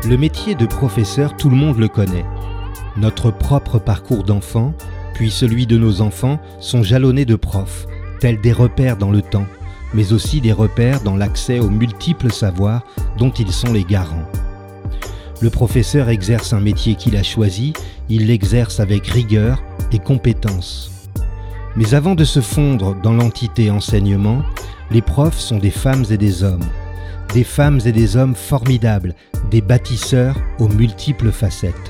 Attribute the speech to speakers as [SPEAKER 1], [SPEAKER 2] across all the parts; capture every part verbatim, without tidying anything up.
[SPEAKER 1] Le métier de professeur, tout le monde le connaît. Notre propre parcours d'enfant, puis celui de nos enfants, sont jalonnés de profs, tels des repères dans le temps, mais aussi des repères dans l'accès aux multiples savoirs dont ils sont les garants. Le professeur exerce un métier qu'il a choisi, il l'exerce avec rigueur et compétence. Mais avant de se fondre dans l'entité enseignement, les profs sont des femmes et des hommes. Des femmes et des hommes formidables, des bâtisseurs aux multiples facettes.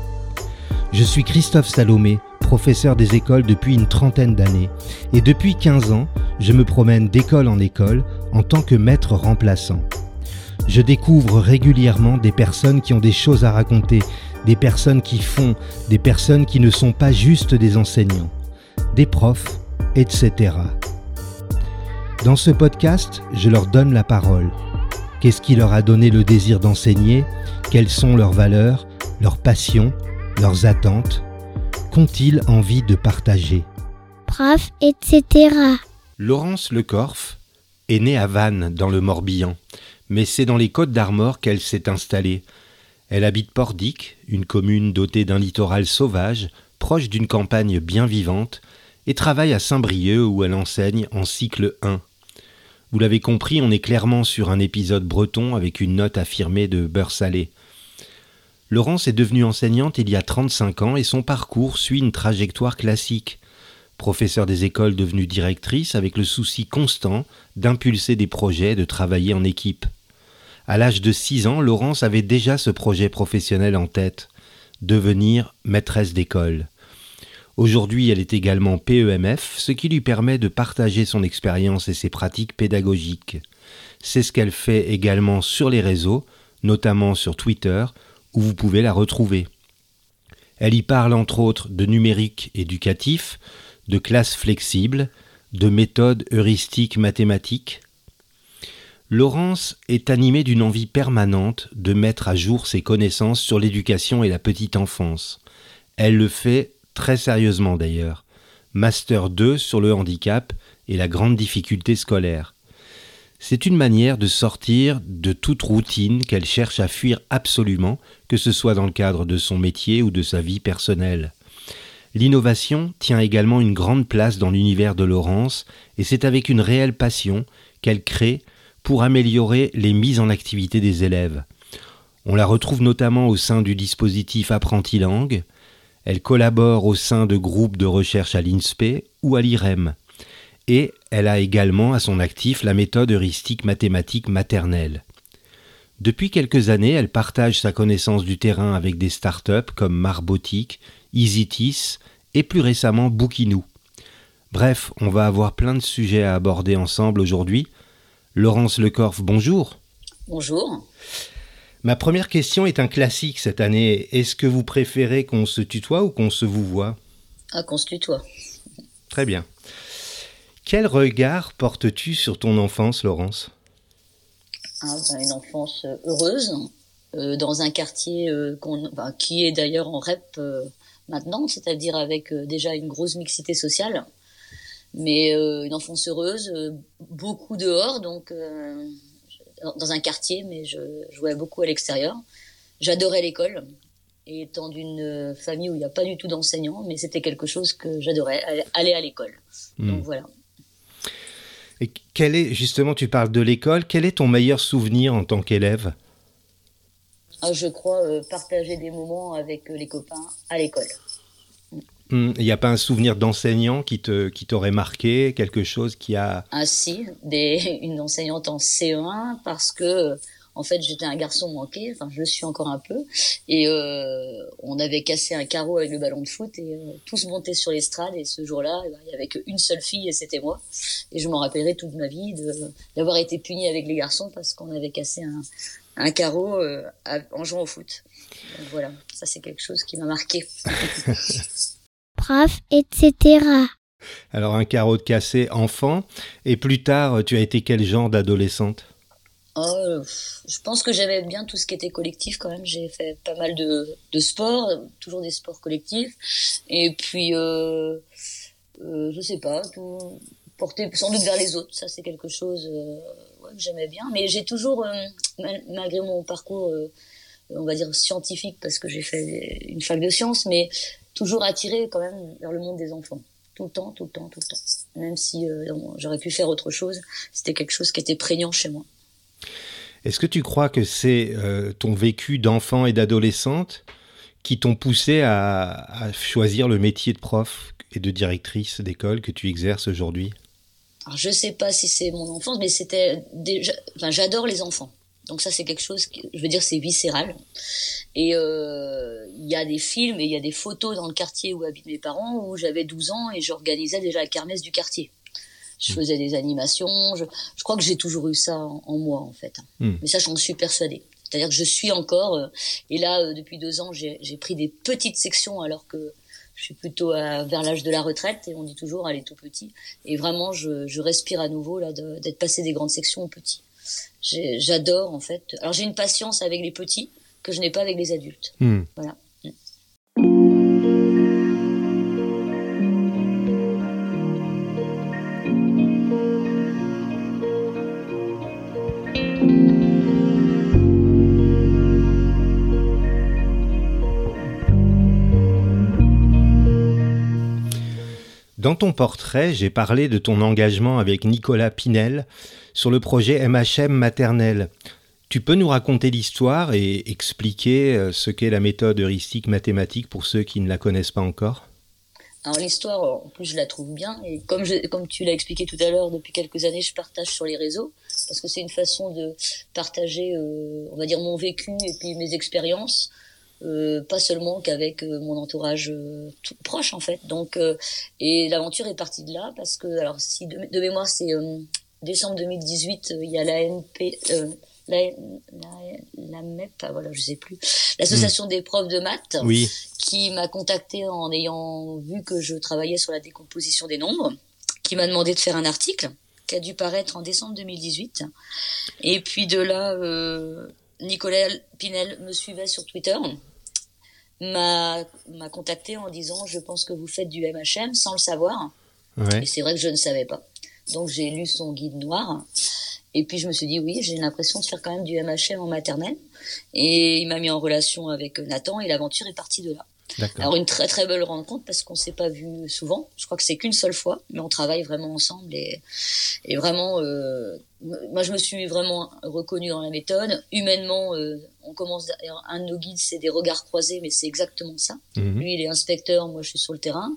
[SPEAKER 1] Je suis Christophe Salomé, professeur des écoles depuis une trentaine d'années, et depuis quinze ans, je me promène d'école en école en tant que maître remplaçant. Je découvre régulièrement des personnes qui ont des choses à raconter, des personnes qui font, des personnes qui ne sont pas juste des enseignants, des profs, et cetera. Dans ce podcast, je leur donne la parole. Qu'est-ce qui leur a donné le désir d'enseigner? Quelles sont leurs valeurs, leurs passions, leurs attentes? Qu'ont-ils envie de partager?
[SPEAKER 2] Prof, et cetera.
[SPEAKER 1] Laurence Lecorf est née à Vannes, dans le Morbihan, mais c'est dans les Côtes-d'Armor qu'elle s'est installée. Elle habite Pordic, une commune dotée d'un littoral sauvage, proche d'une campagne bien vivante, et travaille à Saint-Brieuc où elle enseigne en cycle un. Vous l'avez compris, on est clairement sur un épisode breton avec une note affirmée de beurre salé. Laurence est devenue enseignante il y a trente-cinq ans et son parcours suit une trajectoire classique. Professeure des écoles devenue directrice avec le souci constant d'impulser des projets et de travailler en équipe. À l'âge de six ans, Laurence avait déjà ce projet professionnel en tête, devenir maîtresse d'école. Aujourd'hui, elle est également P E M F, ce qui lui permet de partager son expérience et ses pratiques pédagogiques. C'est ce qu'elle fait également sur les réseaux, notamment sur Twitter, où vous pouvez la retrouver. Elle y parle entre autres de numérique éducatif, de classes flexibles, de méthodes heuristiques mathématiques. Laurence est animée d'une envie permanente de mettre à jour ses connaissances sur l'éducation et la petite enfance. Elle le fait très sérieusement d'ailleurs. Master deux sur le handicap et la grande difficulté scolaire. C'est une manière de sortir de toute routine qu'elle cherche à fuir absolument, que ce soit dans le cadre de son métier ou de sa vie personnelle. L'innovation tient également une grande place dans l'univers de Laurence et c'est avec une réelle passion qu'elle crée pour améliorer les mises en activité des élèves. On la retrouve notamment au sein du dispositif Apprenti-Langue. Elle collabore au sein de groupes de recherche à l'I N S P E ou à l'I R E M. Et elle a également à son actif la méthode heuristique mathématique maternelle. Depuis quelques années, elle partage sa connaissance du terrain avec des startups comme Marbotique, EasyTis et plus récemment Bookinou. Bref, on va avoir plein de sujets à aborder ensemble aujourd'hui. Laurence Lecorf, bonjour.
[SPEAKER 3] Bonjour.
[SPEAKER 1] Ma première question est un classique cette année. Est-ce que vous préférez qu'on se tutoie ou qu'on se vouvoie?
[SPEAKER 3] Ah, qu'on se tutoie.
[SPEAKER 1] Très bien. Quel regard portes-tu sur ton enfance, Laurence?
[SPEAKER 3] Ah, ben, une enfance heureuse, euh, dans un quartier euh, qu'on, ben, qui est d'ailleurs en R E P euh, maintenant, c'est-à-dire avec euh, déjà une grosse mixité sociale. Mais euh, une enfance heureuse, euh, beaucoup dehors, donc... Euh, dans un quartier, mais je jouais beaucoup à l'extérieur. J'adorais l'école, et étant d'une famille où il n'y a pas du tout d'enseignants, mais c'était quelque chose que j'adorais, aller à l'école. Mmh. Donc voilà.
[SPEAKER 1] Et quel est, justement, tu parles de l'école, quel est ton meilleur souvenir en tant qu'élève?
[SPEAKER 3] Ah, je crois euh, partager des moments avec euh, les copains à l'école.
[SPEAKER 1] Il n'y a pas un souvenir d'enseignant qui, te, qui t'aurait marqué, quelque chose qui a...
[SPEAKER 3] Ah si, des, une enseignante en C E un, parce que, en fait, j'étais un garçon manqué, enfin, je le suis encore un peu, et euh, on avait cassé un carreau avec le ballon de foot, et euh, tous montaient sur l'estrade, et ce jour-là, eh ben, il n'y avait qu'une seule fille, et c'était moi. Et je m'en rappellerai toute ma vie de, d'avoir été punie avec les garçons parce qu'on avait cassé un, un carreau euh, à, en jouant au foot. Donc voilà, ça c'est quelque chose qui m'a marqué.
[SPEAKER 2] Prof, et cetera.
[SPEAKER 1] Alors un carreau de cassé enfant, et plus tard, tu as été quel genre d'adolescente?
[SPEAKER 3] Oh, je pense que j'avais bien tout ce qui était collectif quand même. J'ai fait pas mal de, de sports, toujours des sports collectifs. Et puis, euh, euh, je sais pas, tout porter sans doute vers les autres. Ça, c'est quelque chose euh, ouais, que j'aimais bien. Mais j'ai toujours, euh, mal, malgré mon parcours euh, on va dire scientifique parce que j'ai fait une fac de sciences, mais toujours attirée quand même vers le monde des enfants. Tout le temps, tout le temps, tout le temps. Même si euh, j'aurais pu faire autre chose, c'était quelque chose qui était prégnant chez moi.
[SPEAKER 1] Est-ce que tu crois que c'est euh, ton vécu d'enfant et d'adolescente qui t'ont poussé à, à choisir le métier de prof et de directrice d'école que tu exerces aujourd'hui ?
[SPEAKER 3] Alors, je sais pas si c'est mon enfance, mais c'était déjà, enfin, j'adore les enfants. Donc ça, c'est quelque chose qui, je veux dire, c'est viscéral. Et il euh, y a des films et il y a des photos dans le quartier où habitent mes parents où j'avais douze ans et j'organisais déjà la kermesse du quartier. Je faisais des animations. Je, je crois que j'ai toujours eu ça en, en moi, en fait. Mm. Mais ça, j'en suis persuadée. C'est-à-dire que je suis encore... Euh, et là, euh, depuis deux ans, j'ai, j'ai pris des petites sections alors que je suis plutôt à, vers l'âge de la retraite. Et on dit toujours, elle est tout petit. Et vraiment, je, je respire à nouveau là de, d'être passé des grandes sections aux petits. J'ai, j'adore, en fait. Alors, j'ai une patience avec les petits que je n'ai pas avec les adultes. Mm. Voilà. Mm.
[SPEAKER 1] Dans ton portrait, j'ai parlé de ton engagement avec Nicolas Pinel sur le projet M H M maternelle. Tu peux nous raconter l'histoire et expliquer ce qu'est la méthode heuristique mathématique pour ceux qui ne la connaissent pas encore ?
[SPEAKER 3] Alors l'histoire, en plus, je la trouve bien. Et comme, je, comme tu l'as expliqué tout à l'heure, depuis quelques années, je partage sur les réseaux. Parce que c'est une façon de partager, euh, on va dire, mon vécu et puis mes expériences. Euh, pas seulement qu'avec euh, mon entourage euh, tout proche en fait. Donc euh, et l'aventure est partie de là parce que alors si de, de mémoire c'est euh, décembre deux mille dix-huit, il euh, y a la N P euh, la, la, la M E P, ah, voilà je sais plus, l'association mmh. des profs de maths,
[SPEAKER 1] oui.
[SPEAKER 3] qui m'a contacté en ayant vu que je travaillais sur la décomposition des nombres, qui m'a demandé de faire un article qui a dû paraître en décembre deux mille dix-huit. Et puis de là euh, Nicolas Pinel me suivait sur Twitter, m'a, m'a contacté en disant « Je pense que vous faites du M H M » sans le savoir. Ouais. Et c'est vrai que je ne savais pas. Donc j'ai lu son guide noir. Et puis je me suis dit « Oui, j'ai l'impression de faire quand même du M H M en maternelle. » Et il m'a mis en relation avec Nathan et l'aventure est partie de là. D'accord. Alors une très très belle rencontre parce qu'on s'est pas vu souvent. Je crois que c'est qu'une seule fois, mais on travaille vraiment ensemble et, et vraiment, euh, moi je me suis vraiment reconnue dans la méthode. Humainement, euh, on commence. Un de nos guides, c'est des regards croisés, mais c'est exactement ça. Mmh. Lui, il est inspecteur, moi je suis sur le terrain,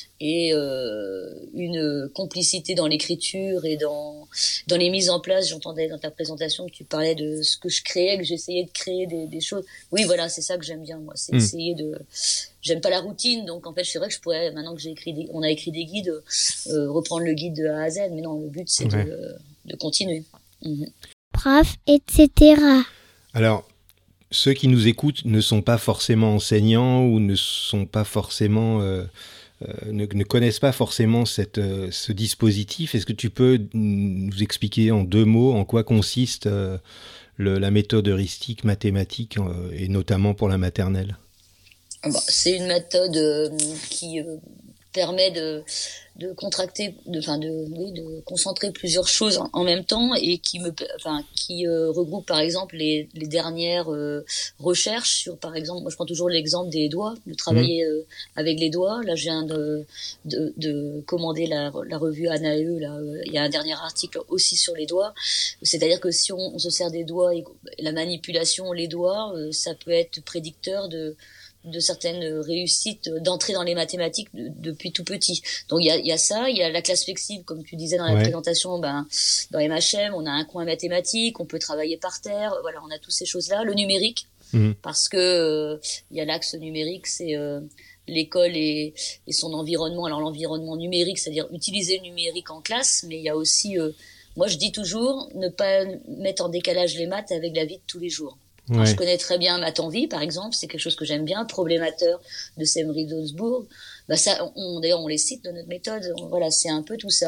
[SPEAKER 3] et euh, une complicité dans l'écriture et dans dans les mises en place. J'entendais dans ta présentation que tu parlais de ce que je créais, que j'essayais de créer des, des choses. Oui, voilà, c'est ça que j'aime bien moi, c'est mmh. essayer de. J'aime pas la routine, donc en fait c'est vrai que je pourrais, maintenant que j'ai écrit des, on a écrit des guides, euh, reprendre le guide de A à Z, mais non, le but c'est ouais. de, de continuer. Mmh.
[SPEAKER 2] Prof, et cetera.
[SPEAKER 1] Alors, ceux qui nous écoutent ne sont pas forcément enseignants ou ne sont pas forcément, euh, euh, ne, ne connaissent pas forcément cette, euh, ce dispositif. Est-ce que tu peux nous expliquer en deux mots en quoi consiste euh, le, la méthode heuristique mathématique euh, et notamment pour la maternelle ?
[SPEAKER 3] Bon, c'est une méthode euh, qui euh, permet de, de contracter, de, enfin de, oui, de concentrer plusieurs choses en, en même temps et qui me, enfin qui euh, regroupe par exemple les, les dernières euh, recherches sur, par exemple, moi je prends toujours l'exemple des doigts, de travailler mmh. euh, avec les doigts. Là, je viens de, de, de commander la, la revue Anae. Là, euh, il y a un dernier article aussi sur les doigts. C'est-à-dire que si on, on se sert des doigts, et la manipulation, les doigts, euh, ça peut être prédicteur de de certaines réussites d'entrer dans les mathématiques de, depuis tout petit. Donc il y a, y a ça, il y a la classe flexible, comme tu disais dans la ouais. présentation, ben, dans M H M, on a un coin mathématique, on peut travailler par terre, voilà, on a toutes ces choses-là. Le numérique, mmh. parce que euh, il y a l'axe numérique, c'est euh, l'école et, et son environnement. Alors l'environnement numérique, c'est-à-dire utiliser le numérique en classe, mais il y a aussi, euh, moi je dis toujours, ne pas mettre en décalage les maths avec la vie de tous les jours. Ouais. Je connais très bien Math en vie, par exemple, c'est quelque chose que j'aime bien. Problémateur de Semri d'Augsbourg, bah ça, on, d'ailleurs, on les cite dans notre méthode. On, voilà, c'est un peu tout ça.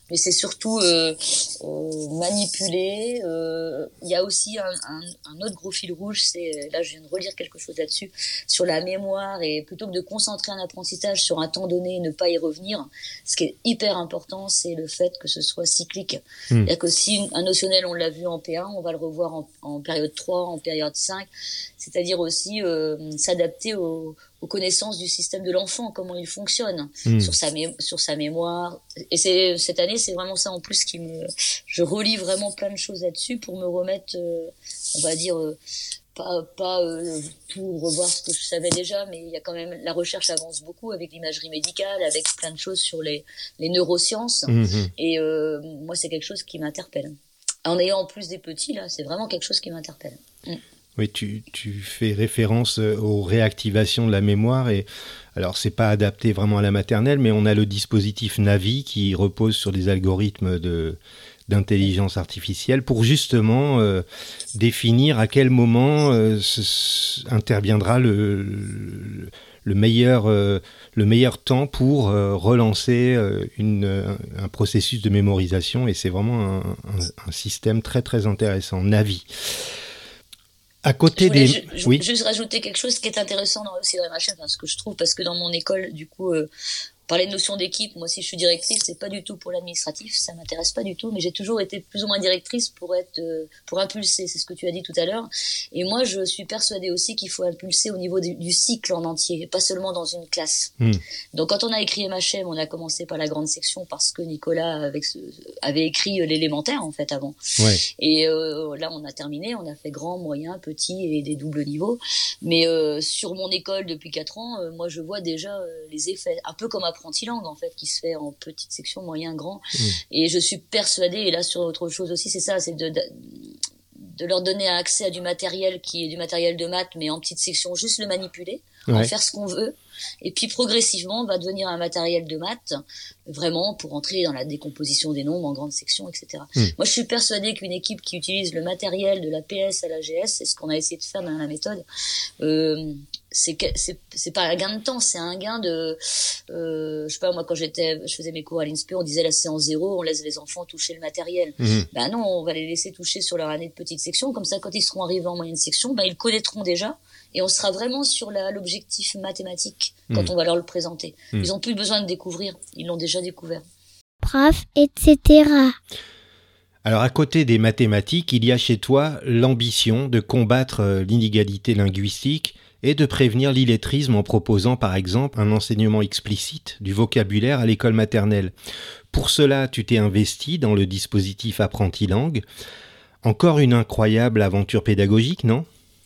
[SPEAKER 3] mais c'est surtout euh, euh, manipuler. Euh, il y a aussi un, un, un autre gros fil rouge, c'est là je viens de relire quelque chose là-dessus sur la mémoire, et plutôt que de concentrer un apprentissage sur un temps donné et ne pas y revenir, ce qui est hyper important, c'est le fait que ce soit cyclique. Mmh. C'est-à-dire que si un notionnel on l'a vu en P un, on va le revoir en, en période trois, en période cinq, c'est-à-dire aussi euh, s'adapter au aux connaissances du système de l'enfant, comment il fonctionne, mmh. sur sa mé- sur sa mémoire. Et c'est cette année, c'est vraiment ça en plus qui me, je relis vraiment plein de choses là-dessus pour me remettre, euh, on va dire, euh, pas pas euh, tout revoir ce que je savais déjà, mais il y a quand même, la recherche avance beaucoup avec l'imagerie médicale, avec plein de choses sur les les neurosciences. Mmh. Et euh, moi, c'est quelque chose qui m'interpelle. En ayant en plus des petits là, c'est vraiment quelque chose qui m'interpelle. Mmh.
[SPEAKER 1] Oui, tu, tu fais référence aux réactivations de la mémoire, et alors c'est pas adapté vraiment à la maternelle, mais on a le dispositif Navi qui repose sur des algorithmes de, d'intelligence artificielle pour justement euh, définir à quel moment euh, ce, ce, interviendra le, le, le, meilleur, euh, le meilleur temps pour euh, relancer euh, une, un processus de mémorisation, et c'est vraiment un, un, un système très très intéressant, Navi. À côté
[SPEAKER 3] je voulais
[SPEAKER 1] des...
[SPEAKER 3] ju- ju-
[SPEAKER 1] oui.
[SPEAKER 3] juste rajouter quelque chose qui est intéressant dans aussi dans M H F, hein, ce que je trouve, parce que dans mon école, du coup, euh, parler de notion d'équipe, moi si je suis directrice, c'est pas du tout pour l'administratif, ça m'intéresse pas du tout, mais j'ai toujours été plus ou moins directrice pour être, euh, pour impulser, c'est ce que tu as dit tout à l'heure. Et moi, je suis persuadée aussi qu'il faut impulser au niveau du, du cycle en entier, pas seulement dans une classe. Mmh. Donc quand on a écrit M H M, on a commencé par la grande section parce que Nicolas avec ce, avait écrit l'élémentaire en fait avant.
[SPEAKER 1] Ouais.
[SPEAKER 3] Et euh, là, on a terminé, on a fait grand, moyen, petit et des doubles niveaux. Mais euh, sur mon école depuis quatre ans, euh, moi je vois déjà euh, les effets, un peu comme à Apprenti-Langue en fait, qui se fait en petite section, moyen, grand. Mmh. Et je suis persuadée, et là sur autre chose aussi, c'est ça, c'est de, de, de leur donner un accès à du matériel qui est du matériel de maths, mais en petite section, juste le manipuler, ouais. en faire ce qu'on veut. Et puis progressivement, va devenir un matériel de maths, vraiment pour entrer dans la décomposition des nombres en grande section, et cetera. Mmh. Moi, je suis persuadée qu'une équipe qui utilise le matériel de la P S à la G S, c'est ce qu'on a essayé de faire dans la méthode, euh, c'est, c'est, c'est pas un gain de temps, c'est un gain de, euh, je sais pas, moi, quand j'étais, je faisais mes cours à l'I N S P, on disait la séance zéro, on laisse les enfants toucher le matériel. Mmh. Ben non, on va les laisser toucher sur leur année de petite section, comme ça, quand ils seront arrivés en moyenne section, ben ils connaîtront déjà. Et on sera vraiment sur la, l'objectif mathématique quand mmh. on va leur le présenter. Mmh. Ils n'ont plus besoin de découvrir, ils l'ont déjà découvert.
[SPEAKER 2] Prof, et cetera.
[SPEAKER 1] Alors, à côté des mathématiques, il y a chez toi l'ambition de combattre l'inégalité linguistique et de prévenir l'illettrisme en proposant, par exemple, un enseignement explicite du vocabulaire à l'école maternelle. Pour cela, tu t'es investi dans le dispositif Apprenti-Langue. Encore une incroyable aventure pédagogique, non ?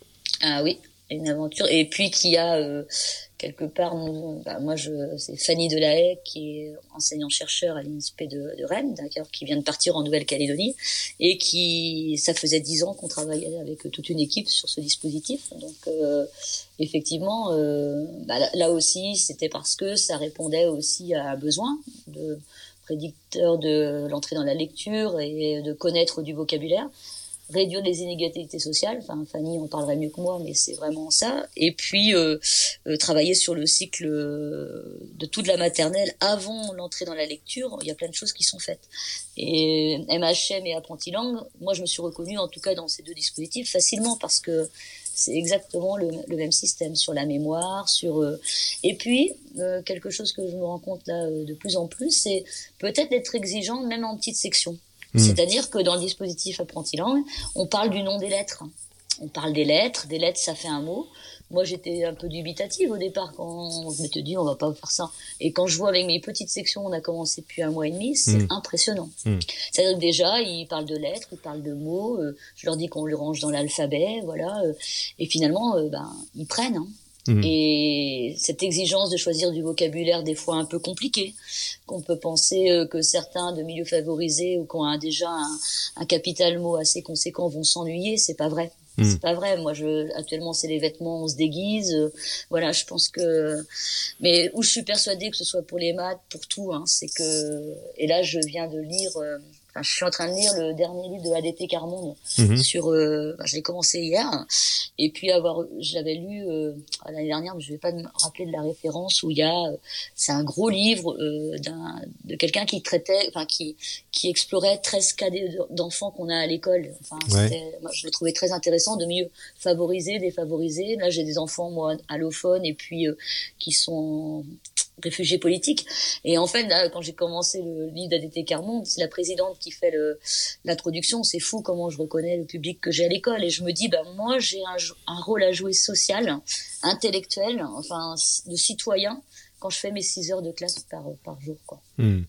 [SPEAKER 3] Ah oui, une aventure, et puis qui a euh, quelque part, bah, moi je, c'est Fanny Delahaye qui est enseignant-chercheur à l'I N S P de, de Rennes, d'accord, qui vient de partir en Nouvelle-Calédonie, et qui, ça faisait dix ans qu'on travaillait avec toute une équipe sur ce dispositif, donc euh, effectivement, euh, bah, là, là aussi c'était parce que ça répondait aussi à un besoin de prédicteur de l'entrée dans la lecture et de connaître du vocabulaire. Réduire les inégalités sociales, enfin Fanny en parlerait mieux que moi, mais c'est vraiment ça. Et puis euh, euh, travailler sur le cycle de toute la maternelle avant l'entrée dans la lecture. Il y a plein de choses qui sont faites. Et M H M et Apprenti-Langue, moi je me suis reconnue en tout cas dans ces deux dispositifs facilement parce que c'est exactement le, le même système sur la mémoire, sur euh... et puis euh, quelque chose que je me rends compte là euh, de plus en plus, c'est peut-être d'être exigeant même en petite section. Mmh. C'est-à-dire que dans le dispositif Apprenti-Langue, on parle du nom des lettres. On parle des lettres. Des lettres, ça fait un mot. Moi, j'étais un peu dubitative au départ quand je me suis dit, on va pas faire ça. Et quand je vois avec mes petites sections, on a commencé depuis un mois et demi, c'est mmh. impressionnant. Mmh. C'est-à-dire que déjà, ils parlent de lettres, ils parlent de mots. Euh, je leur dis qu'on le range dans l'alphabet, voilà. Euh, et finalement, euh, ben, ils prennent, hein. Mmh. Et cette exigence de choisir du vocabulaire des fois un peu compliqué, qu'on peut penser que certains de milieux favorisés ou qui ont déjà un, un capital mot assez conséquent vont s'ennuyer, c'est pas vrai. Mmh. C'est pas vrai. Moi, je, actuellement, c'est les vêtements, on se déguise. Euh, voilà, je pense que, mais où je suis persuadée que ce soit pour les maths, pour tout, hein, c'est que, et là, je viens de lire, euh, enfin, je suis en train de lire le dernier livre de A D T Carmonde
[SPEAKER 1] Mmh.
[SPEAKER 3] sur, euh, enfin, je l'ai commencé hier, et puis avoir, je l'avais lu euh, l'année dernière, mais je vais pas me rappeler de la référence, où il y a, euh, c'est un gros livre euh, d'un, de quelqu'un qui traitait, enfin qui qui explorait treize cas d'enfants qu'on a à l'école. Enfin,
[SPEAKER 1] Ouais.
[SPEAKER 3] c'était, moi, je le trouvais très intéressant, de mieux favoriser, défavoriser. Là, j'ai des enfants moi allophones et puis euh, qui sont réfugiés politiques. Et en fait, là, quand j'ai commencé le livre d'A D T Carmonde, c'est la présidente qui fait le, l'introduction. C'est fou comment je reconnais le public que j'ai à l'école. Et je me dis, bah, moi, j'ai un, un rôle à jouer social, intellectuel, enfin, de citoyen, quand je fais mes six heures de classe par, par jour, quoi.
[SPEAKER 1] Mmh.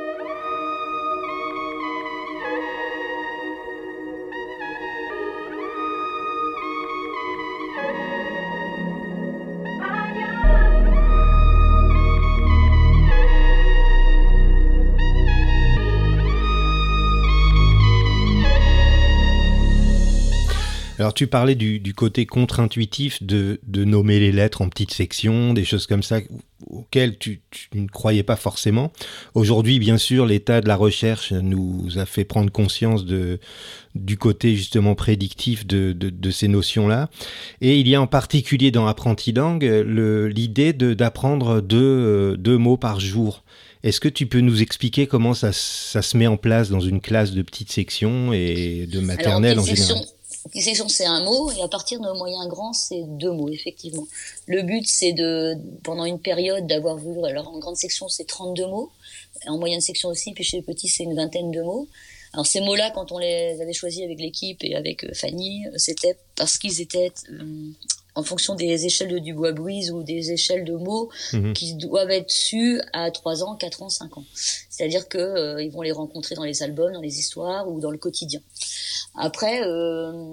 [SPEAKER 1] Alors tu parlais du, du côté contre-intuitif de, de nommer les lettres en petites sections, des choses comme ça auxquelles tu, tu ne croyais pas forcément. Aujourd'hui, bien sûr, l'état de la recherche nous a fait prendre conscience de, du côté justement prédictif de, de, de ces notions-là. Et il y a en particulier dans Apprenti-Langue le, l'idée de, d'apprendre deux, deux mots par jour. Est-ce que tu peux nous expliquer comment ça, ça se met en place dans une classe de petite section et de maternelle
[SPEAKER 3] Alors,
[SPEAKER 1] en général?
[SPEAKER 3] section, petite section, c'est un mot, et à partir de moyen grand, c'est deux mots, effectivement. Le but, c'est de, pendant une période, d'avoir vu, alors en grande section, c'est trente-deux mots, en moyenne section aussi, puis chez les petits, c'est une vingtaine de mots. Alors ces mots-là, quand on les avait choisis avec l'équipe et avec euh, Fanny, c'était parce qu'ils étaient euh, en fonction des échelles de Dubois-Buise ou des échelles de mots mmh. qui doivent être sus à trois ans, quatre ans, cinq ans. C'est-à-dire que euh, ils vont les rencontrer dans les albums, dans les histoires ou dans le quotidien. Après, euh,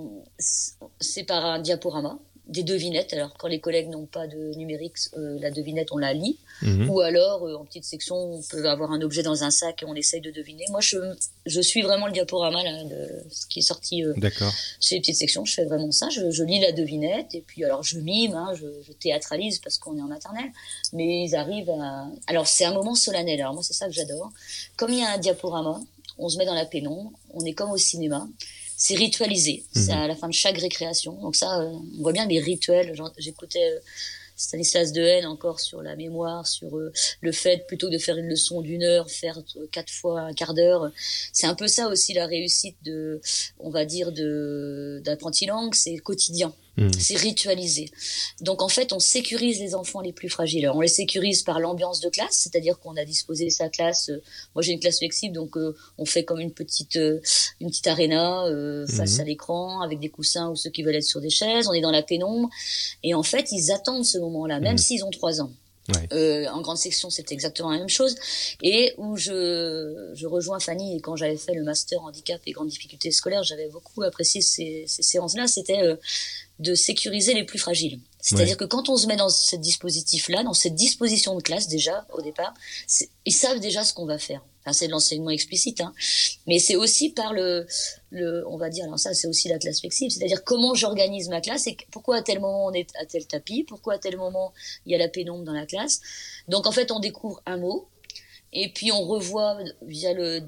[SPEAKER 3] c'est par un diaporama, des devinettes. Alors quand les collègues n'ont pas de numérique, euh, la devinette on la lit, mmh. ou alors euh, en petite section on peut avoir un objet dans un sac et on essaye de deviner. Moi je je suis vraiment le diaporama là, de ce qui est sorti euh, chez les petites sections. Je fais vraiment ça. Je, je lis la devinette et puis alors je mime, hein, je, je théâtralise parce qu'on est en maternelle. Mais ils arrivent à. Alors c'est un moment solennel. Alors moi c'est ça que j'adore. Comme il y a un diaporama, on se met dans la pénombre, on est comme au cinéma. C'est ritualisé, mmh. c'est à la fin de chaque récréation. Donc ça, euh, on voit bien les rituels. Genre, j'écoutais euh, Stanislas Dehaene encore sur la mémoire, sur euh, le fait, plutôt que de faire une leçon d'une heure, faire euh, quatre fois un quart d'heure. C'est un peu ça aussi la réussite de, on va dire, de d'Apprenti-Langue, c'est quotidien. Mmh. C'est ritualisé. Donc en fait, on sécurise les enfants les plus fragiles. Alors, on les sécurise par l'ambiance de classe, c'est-à-dire qu'on a disposé sa classe. Euh, moi, j'ai une classe flexible, donc euh, on fait comme une petite euh, une petite aréna euh, face mmh. à l'écran avec des coussins ou ceux qui veulent être sur des chaises. On est dans la pénombre et en fait, ils attendent ce moment-là, même mmh. s'ils ont trois ans. Ouais. Euh, en grande section, c'est exactement la même chose. Et où je, je rejoins Fanny, et quand j'avais fait le master handicap et grandes difficultés scolaires, j'avais beaucoup apprécié ces, ces séances-là. C'était euh, de sécuriser les plus fragiles. C'est-à-dire ouais. que quand on se met dans ce dispositif-là, dans cette disposition de classe déjà, au départ, ils savent déjà ce qu'on va faire. Enfin, c'est de l'enseignement explicite, hein. Mais c'est aussi par le, le, on va dire, alors ça, c'est aussi la classe flexible. C'est-à-dire comment j'organise ma classe et pourquoi à tel moment on est à tel tapis, pourquoi à tel moment il y a la pénombre dans la classe. Donc, en fait, on découvre un mot. Et puis, on revoit via le,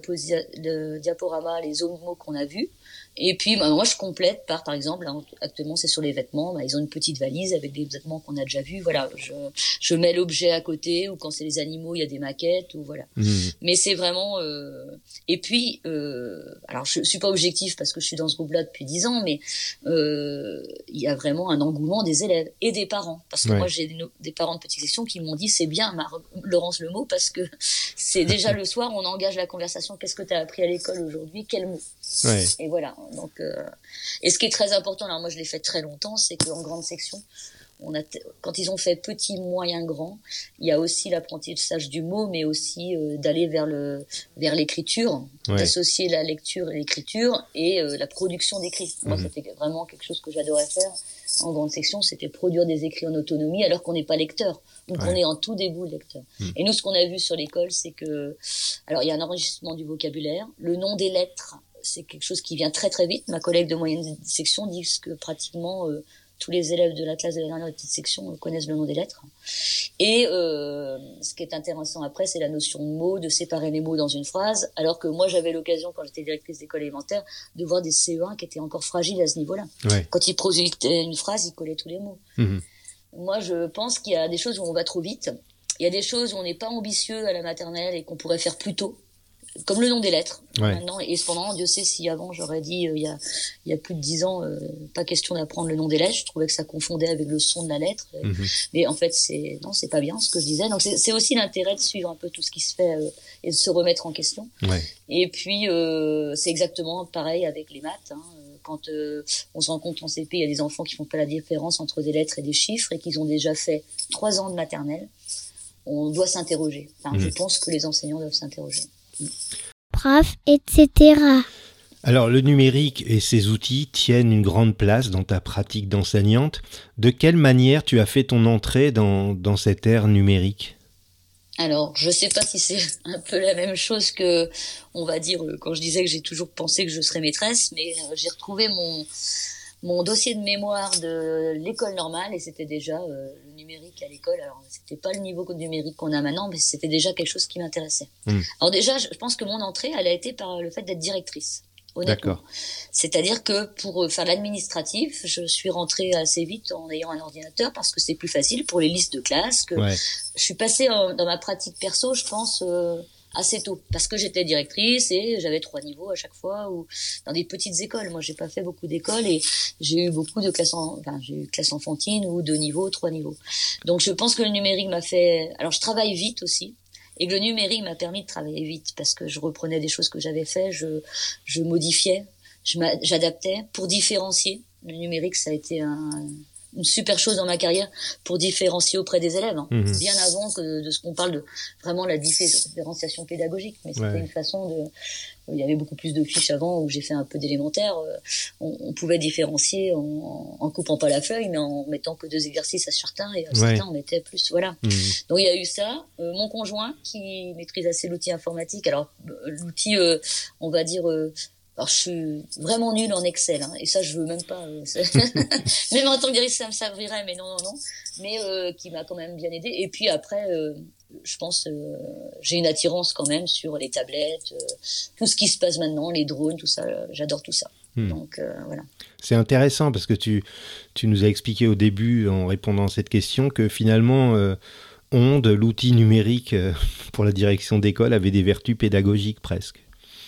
[SPEAKER 3] le diaporama les autres mots qu'on a vus. Et puis, bah, moi, je complète par, par exemple, là, actuellement, c'est sur les vêtements. Bah, ils ont une petite valise avec des vêtements qu'on a déjà vus. Voilà, je, je mets l'objet à côté, ou quand c'est les animaux, il y a des maquettes, ou voilà. Mmh. Mais c'est vraiment. Euh... Et puis, euh... alors, je suis pas objectif parce que je suis dans ce groupe-là depuis dix ans, mais euh... il y a vraiment un engouement des élèves et des parents. Parce que ouais. moi, j'ai des, des parents de petite section qui m'ont dit c'est bien, Mar- Laurence Lemot, parce que c'est déjà le soir, on engage la conversation. Qu'est-ce que tu as appris à l'école aujourd'hui? Quel mot? Ouais. Et voilà. Donc, euh, et ce qui est très important, alors moi je l'ai fait très longtemps, c'est qu'en grande section, on a t- quand ils ont fait petit, moyen, grand, il y a aussi l'apprentissage du mot, mais aussi euh, d'aller vers le vers l'écriture, ouais. d'associer la lecture et l'écriture et euh, la production d'écrits. Mmh. Moi, c'était vraiment quelque chose que j'adorais faire en grande section, c'était produire des écrits en autonomie alors qu'on n'est pas lecteur. Donc ouais. on est en tout début lecteur. Mmh. Et nous, ce qu'on a vu sur l'école, c'est que, alors il y a un enregistrement du vocabulaire, le nom des lettres. C'est quelque chose qui vient très très vite. Ma collègue de moyenne section dit que pratiquement euh, tous les élèves de la classe de la dernière petite section connaissent le nom des lettres. Et euh, ce qui est intéressant après, c'est la notion de mots, de séparer les mots dans une phrase, alors que moi j'avais l'occasion, quand j'étais directrice d'école élémentaire, de voir des C E un qui étaient encore fragiles à ce niveau-là.
[SPEAKER 1] Ouais.
[SPEAKER 3] Quand ils prosaient une phrase, ils collaient tous les mots. Mmh. Moi, je pense qu'il y a des choses où on va trop vite. Il y a des choses où on n'est pas ambitieux à la maternelle et qu'on pourrait faire plus tôt. Comme le nom des lettres, ouais. Maintenant. Et cependant, Dieu sait si avant j'aurais dit, euh, il y a, il y a plus de dix ans, euh, pas question d'apprendre le nom des lettres. Je trouvais que ça confondait avec le son de la lettre. Mm-hmm. Mais en fait, c'est, non, c'est pas bien ce que je disais. Donc, c'est, c'est aussi l'intérêt de suivre un peu tout ce qui se fait euh, et de se remettre en question.
[SPEAKER 1] Ouais.
[SPEAKER 3] Et puis, euh, c'est exactement pareil avec les maths, hein. Quand euh, on se rend compte en C P, il y a des enfants qui font pas la différence entre des lettres et des chiffres et qu'ils ont déjà fait trois ans de maternelle. On doit s'interroger. Enfin, mm-hmm. Je pense que les enseignants doivent s'interroger.
[SPEAKER 2] Prof, et cetera.
[SPEAKER 1] Alors, le numérique et ses outils tiennent une grande place dans ta pratique d'enseignante. De quelle manière tu as fait ton entrée dans, dans cette ère numérique ?
[SPEAKER 3] Alors, je sais pas si c'est un peu la même chose que, on va dire, quand je disais que j'ai toujours pensé que je serais maîtresse, mais j'ai retrouvé mon... mon dossier de mémoire de l'école normale et c'était déjà euh, le numérique à l'école. Alors, c'était pas le niveau de numérique qu'on a maintenant, mais c'était déjà quelque chose qui m'intéressait. Mmh. Alors déjà, je pense que mon entrée, elle a été par le fait d'être directrice, honnêtement. D'accord. C'est-à-dire que pour faire l'administratif, je suis rentrée assez vite en ayant un ordinateur parce que c'est plus facile pour les listes de classe. Que ouais. Je suis passée en, dans ma pratique perso, je pense... Euh, assez tôt, parce que j'étais directrice et j'avais trois niveaux à chaque fois, ou dans des petites écoles. Moi, j'ai pas fait beaucoup d'écoles et j'ai eu beaucoup de classes, en, enfin, j'ai eu classe enfantine ou deux niveaux, trois niveaux. Donc, je pense que le numérique m'a fait. Alors, je travaille vite aussi, et que le numérique m'a permis de travailler vite parce que je reprenais des choses que j'avais fait, je, je modifiais, je j'adaptais pour différencier. Le numérique, ça a été un une super chose dans ma carrière pour différencier auprès des élèves, hein. Mmh. Bien avant que de ce qu'on parle de vraiment la différenciation pédagogique. Mais c'était ouais. Une façon de... Il y avait beaucoup plus de fiches avant où j'ai fait un peu d'élémentaire. On, on pouvait différencier en, en coupant pas la feuille, mais en mettant que deux exercices à certains et à ouais. Certains on mettait plus. Voilà. Mmh. Donc il y a eu ça. Euh, mon conjoint qui maîtrise assez l'outil informatique. Alors l'outil, euh, on va dire... Euh, Alors, je suis vraiment nulle en Excel, hein, et ça, je veux même pas. Euh, même en tant que directrice, ça me servirait, mais non, non, non. Mais euh, qui m'a quand même bien aidée. Et puis après, euh, je pense, euh, j'ai une attirance quand même sur les tablettes, euh, tout ce qui se passe maintenant, les drones, tout ça. Euh, j'adore tout ça. Hmm. Donc euh, voilà.
[SPEAKER 1] C'est intéressant parce que tu tu nous as expliqué au début, en répondant à cette question, que finalement. Euh, Onde, l'outil numérique euh, pour la direction d'école, avait des vertus pédagogiques presque.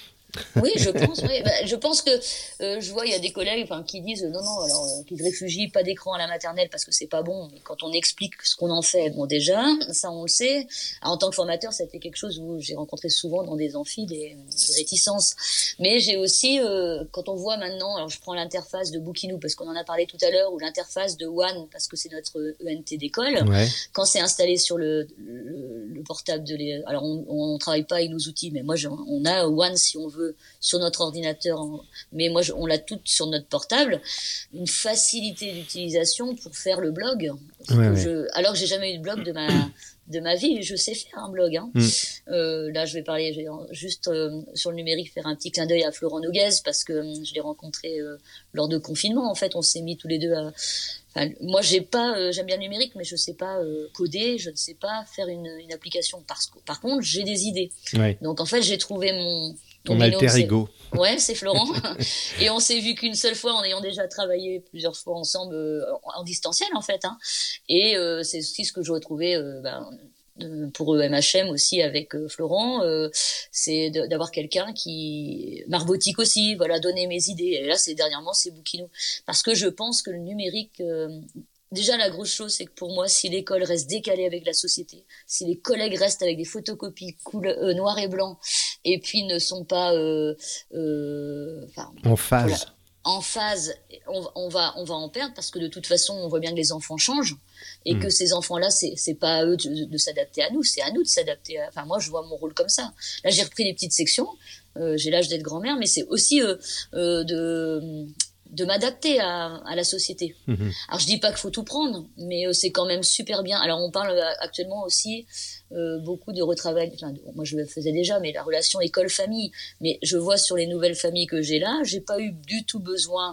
[SPEAKER 3] Oui, je pense. Oui. Bah, je pense que euh, je vois, il y a des collègues, enfin, qui disent non, non, alors euh, qu'ils réfugient pas d'écran à la maternelle parce que c'est pas bon. Mais quand on explique ce qu'on en fait, bon déjà, ça on le sait. Alors, en tant que formateur, ça a été quelque chose où j'ai rencontré souvent dans des amphis des, des réticences. Mais j'ai aussi, euh, quand on voit maintenant, alors je prends l'interface de Bookinou parce qu'on en a parlé tout à l'heure, ou l'interface de One parce que c'est notre E N T d'école. Ouais. Quand c'est installé sur le, le, le portable de les, alors on, on travaille pas avec nos outils, mais moi on a One si on veut sur notre ordinateur, mais moi on l'a tout sur notre portable, une facilité d'utilisation pour faire le blog. Ouais, que ouais. Je, alors que j'ai jamais eu de blog de ma de ma vie, je sais faire un blog. Hein. Mm. Euh, là, je vais parler je vais juste euh, sur le numérique, faire un petit clin d'œil à Florent Noguez parce que euh, je l'ai rencontré euh, lors de confinement. En fait, on s'est mis tous les deux à. Enfin, moi, j'ai pas, euh, j'aime bien le numérique, mais je sais pas euh, coder, je ne sais pas faire une, une application. Parce que, par contre, j'ai des idées. Ouais. Donc, en fait, j'ai trouvé mon
[SPEAKER 1] Ton alter ego.
[SPEAKER 3] Ouais, c'est Florent. Et on s'est vu qu'une seule fois en ayant déjà travaillé plusieurs fois ensemble euh, en, en distanciel en fait. Hein. Et euh, c'est aussi ce que je retrouvais euh, ben, pour E M H M aussi avec euh, Florent. Euh, c'est de, d'avoir quelqu'un qui marbotique aussi, voilà, donner mes idées. Et là, c'est dernièrement, c'est Bookinou. Parce que je pense que le numérique... Euh, Déjà, la grosse chose, c'est que pour moi, si l'école reste décalée avec la société, si les collègues restent avec des photocopies couleur, euh, noir et blanc, et puis ne sont pas euh, euh,
[SPEAKER 1] en phase, voilà,
[SPEAKER 3] en phase, on, on va on va en perdre parce que de toute façon, on voit bien que les enfants changent et mmh. que ces enfants-là, c'est c'est pas à eux de, de s'adapter à nous, c'est à nous de s'adapter. À... Enfin, moi, je vois mon rôle comme ça. Là, j'ai repris les petites sections. Euh, j'ai l'âge d'être grand-mère, mais c'est aussi euh, euh, de de m'adapter à, à la société. Mmh. Alors je dis pas qu'il faut tout prendre, mais euh, c'est quand même super bien. Alors on parle actuellement aussi euh, beaucoup de retravail. Enfin, moi je le faisais déjà, mais la relation école-famille. Mais je vois sur les nouvelles familles que j'ai là, j'ai pas eu du tout besoin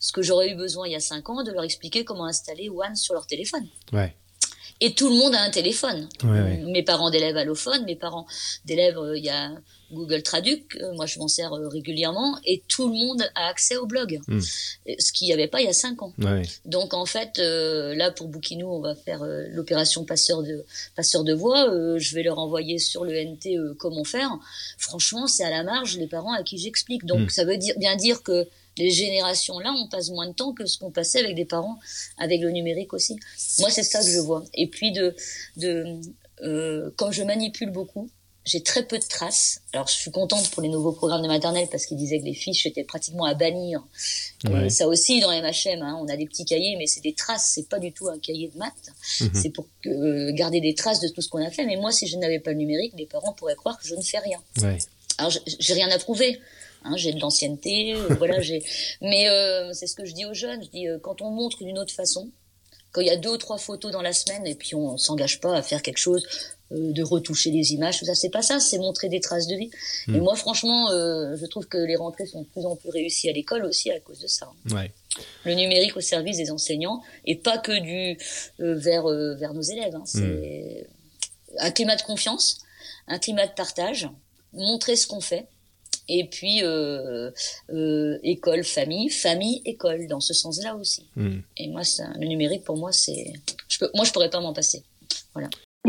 [SPEAKER 3] ce que j'aurais eu besoin il y a cinq ans, de leur expliquer comment installer One sur leur téléphone.
[SPEAKER 1] Ouais.
[SPEAKER 3] Et tout le monde a un téléphone.
[SPEAKER 1] Ouais, ouais.
[SPEAKER 3] Mes parents d'élèves allophones, mes parents d'élèves, il euh, y a Google Traduc, euh, moi je m'en sers euh, régulièrement, et tout le monde a accès au blog, mm. ce qu'il n'y avait pas il y a cinq ans.
[SPEAKER 1] Ouais.
[SPEAKER 3] Donc en fait, euh, là pour Bookinou, on va faire euh, l'opération passeur de, passeur de voix, euh, je vais leur envoyer sur le N T euh, comment faire. Franchement, c'est à la marge les parents à qui j'explique. Donc mm. ça veut dire, bien dire que les générations là, on passe moins de temps que ce qu'on passait avec des parents, avec le numérique aussi. Moi, c'est ça que je vois. Et puis, de, de, euh, comme je manipule beaucoup, j'ai très peu de traces. Alors, je suis contente pour les nouveaux programmes de maternelle parce qu'ils disaient que les fiches étaient pratiquement à bannir. Ouais. Ça aussi, dans M H M, hein, on a des petits cahiers, mais c'est des traces. C'est pas du tout un cahier de maths. Mm-hmm. C'est pour que, euh, garder des traces de tout ce qu'on a fait. Mais moi, si je n'avais pas le numérique, les parents pourraient croire que je ne fais rien.
[SPEAKER 1] Ouais.
[SPEAKER 3] Alors, j'ai rien à prouver. Hein, j'ai de l'ancienneté, euh, voilà, j'ai. Mais euh, c'est ce que je dis aux jeunes. Je dis euh, quand on montre d'une autre façon, quand il y a deux ou trois photos dans la semaine et puis on s'engage pas à faire quelque chose, euh, de retoucher les images, tout ça, c'est pas ça, c'est montrer des traces de vie. Mmh. Et moi, franchement, euh, je trouve que les rentrées sont de plus en plus réussies à l'école aussi à cause de ça.
[SPEAKER 1] Ouais. Le
[SPEAKER 3] numérique au service des enseignants et pas que du euh, vers euh, vers nos élèves. Hein. C'est mmh. un climat de confiance, un climat de partage, montrer ce qu'on fait. Et puis euh, euh, école, famille, famille, école, dans ce sens-là aussi. Mm. Et moi, ça, le numérique pour moi, c'est, je peux, moi, je pourrais pas m'en passer. Voilà.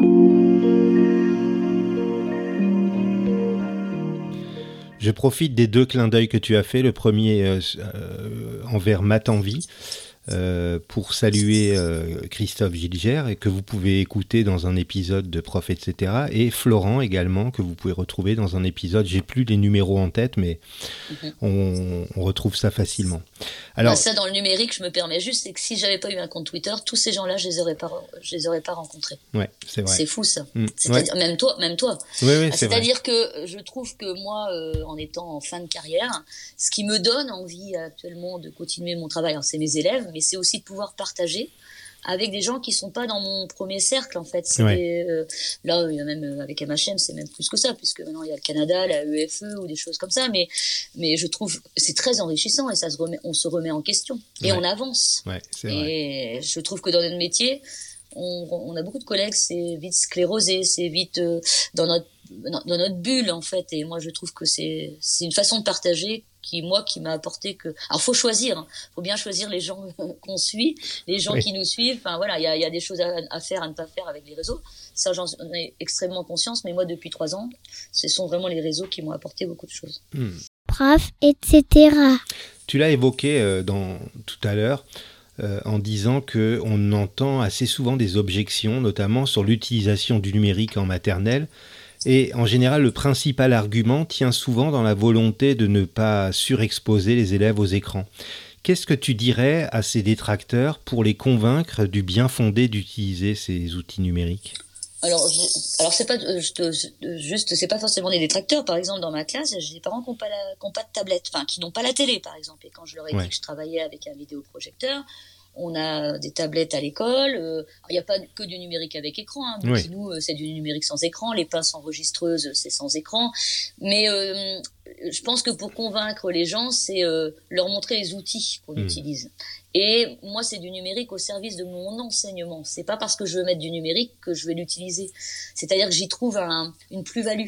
[SPEAKER 1] Je profite des deux clins d'œil que tu as fait. Le premier euh, euh, envers Matanvi. Euh, pour saluer euh, Christophe Gilgère et que vous pouvez écouter dans un épisode de Prof, et cetera. Et Florent également, que vous pouvez retrouver dans un épisode. J'ai plus les numéros en tête, mais mm-hmm. on, on retrouve ça facilement.
[SPEAKER 3] Alors, ça, dans le numérique, je me permets juste, c'est que si j'avais pas eu un compte Twitter, tous ces gens-là, je les aurais pas, je les aurais pas rencontrés.
[SPEAKER 1] Ouais, c'est vrai.
[SPEAKER 3] C'est fou, ça.
[SPEAKER 1] Mm.
[SPEAKER 3] C'est-à-dire, ouais. même toi, même toi.
[SPEAKER 1] Oui, oui, c'est
[SPEAKER 3] C'est-à-dire
[SPEAKER 1] vrai.
[SPEAKER 3] que je trouve que moi, euh, en étant en fin de carrière, ce qui me donne envie actuellement de continuer mon travail, alors c'est mes élèves, mais c'est aussi de pouvoir partager avec des gens qui sont pas dans mon premier cercle, en fait. C'est
[SPEAKER 1] ouais.
[SPEAKER 3] des, euh, là, il y a même, avec M H M, c'est même plus que ça, puisque maintenant il y a le Canada, la E F E ou des choses comme ça, mais, mais je trouve, c'est très enrichissant et ça se remet, on se remet en question et
[SPEAKER 1] ouais.
[SPEAKER 3] on avance.
[SPEAKER 1] Ouais, c'est
[SPEAKER 3] et
[SPEAKER 1] vrai.
[SPEAKER 3] Je trouve que dans notre métier, on, on a beaucoup de collègues, c'est vite sclérosé, c'est vite euh, dans notre, dans notre bulle, en fait. Et moi, je trouve que c'est, c'est une façon de partager qui, moi, qui m'a apporté que... Alors, faut choisir, hein. Faut bien choisir les gens qu'on suit, les gens oui. qui nous suivent. Enfin, voilà, il y a, y a des choses à, à faire, à ne pas faire avec les réseaux. Ça, j'en ai extrêmement conscience. Mais moi, depuis trois ans, ce sont vraiment les réseaux qui m'ont apporté beaucoup de choses.
[SPEAKER 1] Hmm.
[SPEAKER 2] Prof, et cetera.
[SPEAKER 1] Tu l'as évoqué euh, dans, tout à l'heure, euh, en disant qu'on entend assez souvent des objections, notamment sur l'utilisation du numérique en maternelle. Et en général, le principal argument tient souvent dans la volonté de ne pas surexposer les élèves aux écrans. Qu'est-ce que tu dirais à ces détracteurs pour les convaincre du bien fondé d'utiliser ces outils numériques ?
[SPEAKER 3] Alors, je, alors c'est pas je te, je, juste, c'est pas forcément des détracteurs. Par exemple, dans ma classe, j'ai des parents qui n'ont pas, pas de tablette, enfin qui n'ont pas la télé, par exemple. Et quand je leur ai ouais. dit que je travaillais avec un vidéoprojecteur, on a des tablettes à l'école. Il euh, n'y a pas que du numérique avec écran. Hein.
[SPEAKER 1] Oui.
[SPEAKER 3] Nous, euh, c'est du numérique sans écran. Les pinces enregistreuses, c'est sans écran. Mais euh, je pense que pour convaincre les gens, c'est euh, leur montrer les outils qu'on mmh. utilise. Et moi, c'est du numérique au service de mon enseignement. C'est pas parce que je veux mettre du numérique que je vais l'utiliser. C'est-à-dire que j'y trouve un, une plus-value.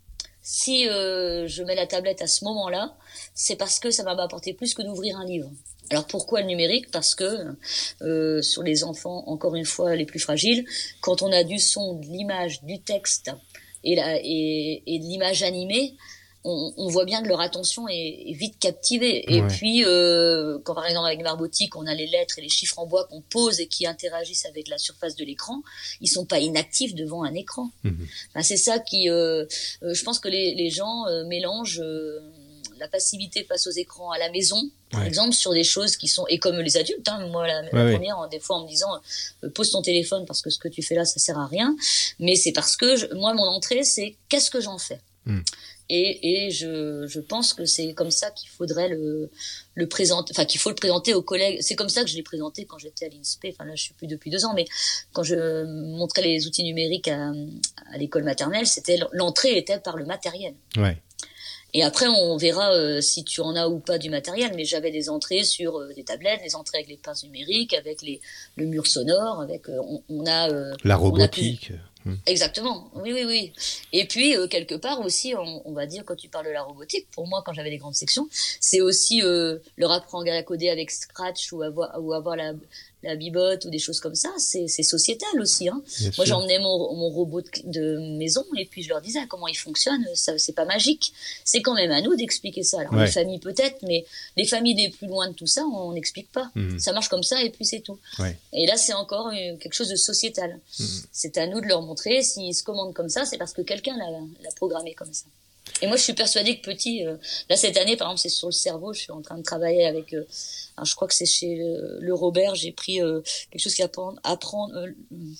[SPEAKER 3] Si euh, je mets la tablette à ce moment-là, c'est parce que ça va m'apporter plus que d'ouvrir un livre. Alors pourquoi le numérique ? Parce que euh, sur les enfants, encore une fois, les plus fragiles, quand on a du son, de l'image, du texte et, la, et, et de l'image animée, on, on voit bien que leur attention est, est vite captivée. Et ouais. puis, euh, quand par exemple avec Marbotique, on a les lettres et les chiffres en bois qu'on pose et qui interagissent avec la surface de l'écran, ils sont pas inactifs devant un écran. Mmh. Enfin, c'est ça qui... Euh, euh, je pense que les, les gens euh, mélangent... Euh, la passivité face aux écrans à la maison, par ouais. exemple, sur des choses qui sont... Et comme les adultes, hein, moi, la, la ouais, première, ouais. des fois, en me disant euh, « Pose ton téléphone parce que ce que tu fais là, ça sert à rien. » Mais c'est parce que, je, moi, mon entrée, c'est « Qu'est-ce que j'en fais mm. ?» Et, et je, je pense que c'est comme ça qu'il faudrait le, le présenter, enfin, qu'il faut le présenter aux collègues. C'est comme ça que je l'ai présenté quand j'étais à l'I N S P. Enfin, là, je suis plus depuis deux ans, mais quand je montrais les outils numériques à, à l'école maternelle, c'était, l'entrée était par le matériel.
[SPEAKER 1] Ouais.
[SPEAKER 3] Et après, on verra euh, si tu en as ou pas du matériel. Mais j'avais des entrées sur euh, des tablettes, des entrées avec les pinces numériques, avec les, le mur sonore, avec euh, on, on a euh,
[SPEAKER 1] la
[SPEAKER 3] On
[SPEAKER 1] robotique.
[SPEAKER 3] a pu... Exactement. Oui, oui, oui. Et puis euh, quelque part aussi, on, on va dire quand tu parles de la robotique, pour moi, quand j'avais des grandes sections, c'est aussi euh, leur apprendre à coder avec Scratch ou avoir ou avoir la la bibotte ou des choses comme ça, c'est, c'est sociétal aussi. Hein.
[SPEAKER 1] Bien
[SPEAKER 3] Moi,
[SPEAKER 1] sûr.
[SPEAKER 3] j'emmenais mon, mon robot de, de maison et puis je leur disais ah, comment il fonctionne. Ça, c'est pas magique. C'est quand même à nous d'expliquer ça. Alors,
[SPEAKER 1] ouais.
[SPEAKER 3] les familles peut-être, mais les familles des plus loin de tout ça, on n'explique pas. Mmh. Ça marche comme ça et puis c'est tout.
[SPEAKER 1] Ouais.
[SPEAKER 3] Et là, c'est encore euh, quelque chose de sociétal. Mmh. C'est à nous de leur montrer. S'ils se commandent comme ça, c'est parce que quelqu'un l'a, l'a programmé comme ça. Et moi, je suis persuadée que petit, euh, là cette année, par exemple, c'est sur le cerveau. Je suis en train de travailler avec. Euh, alors, je crois que c'est chez le, le Robert. J'ai pris euh, quelque chose qui apprend, apprendre, euh,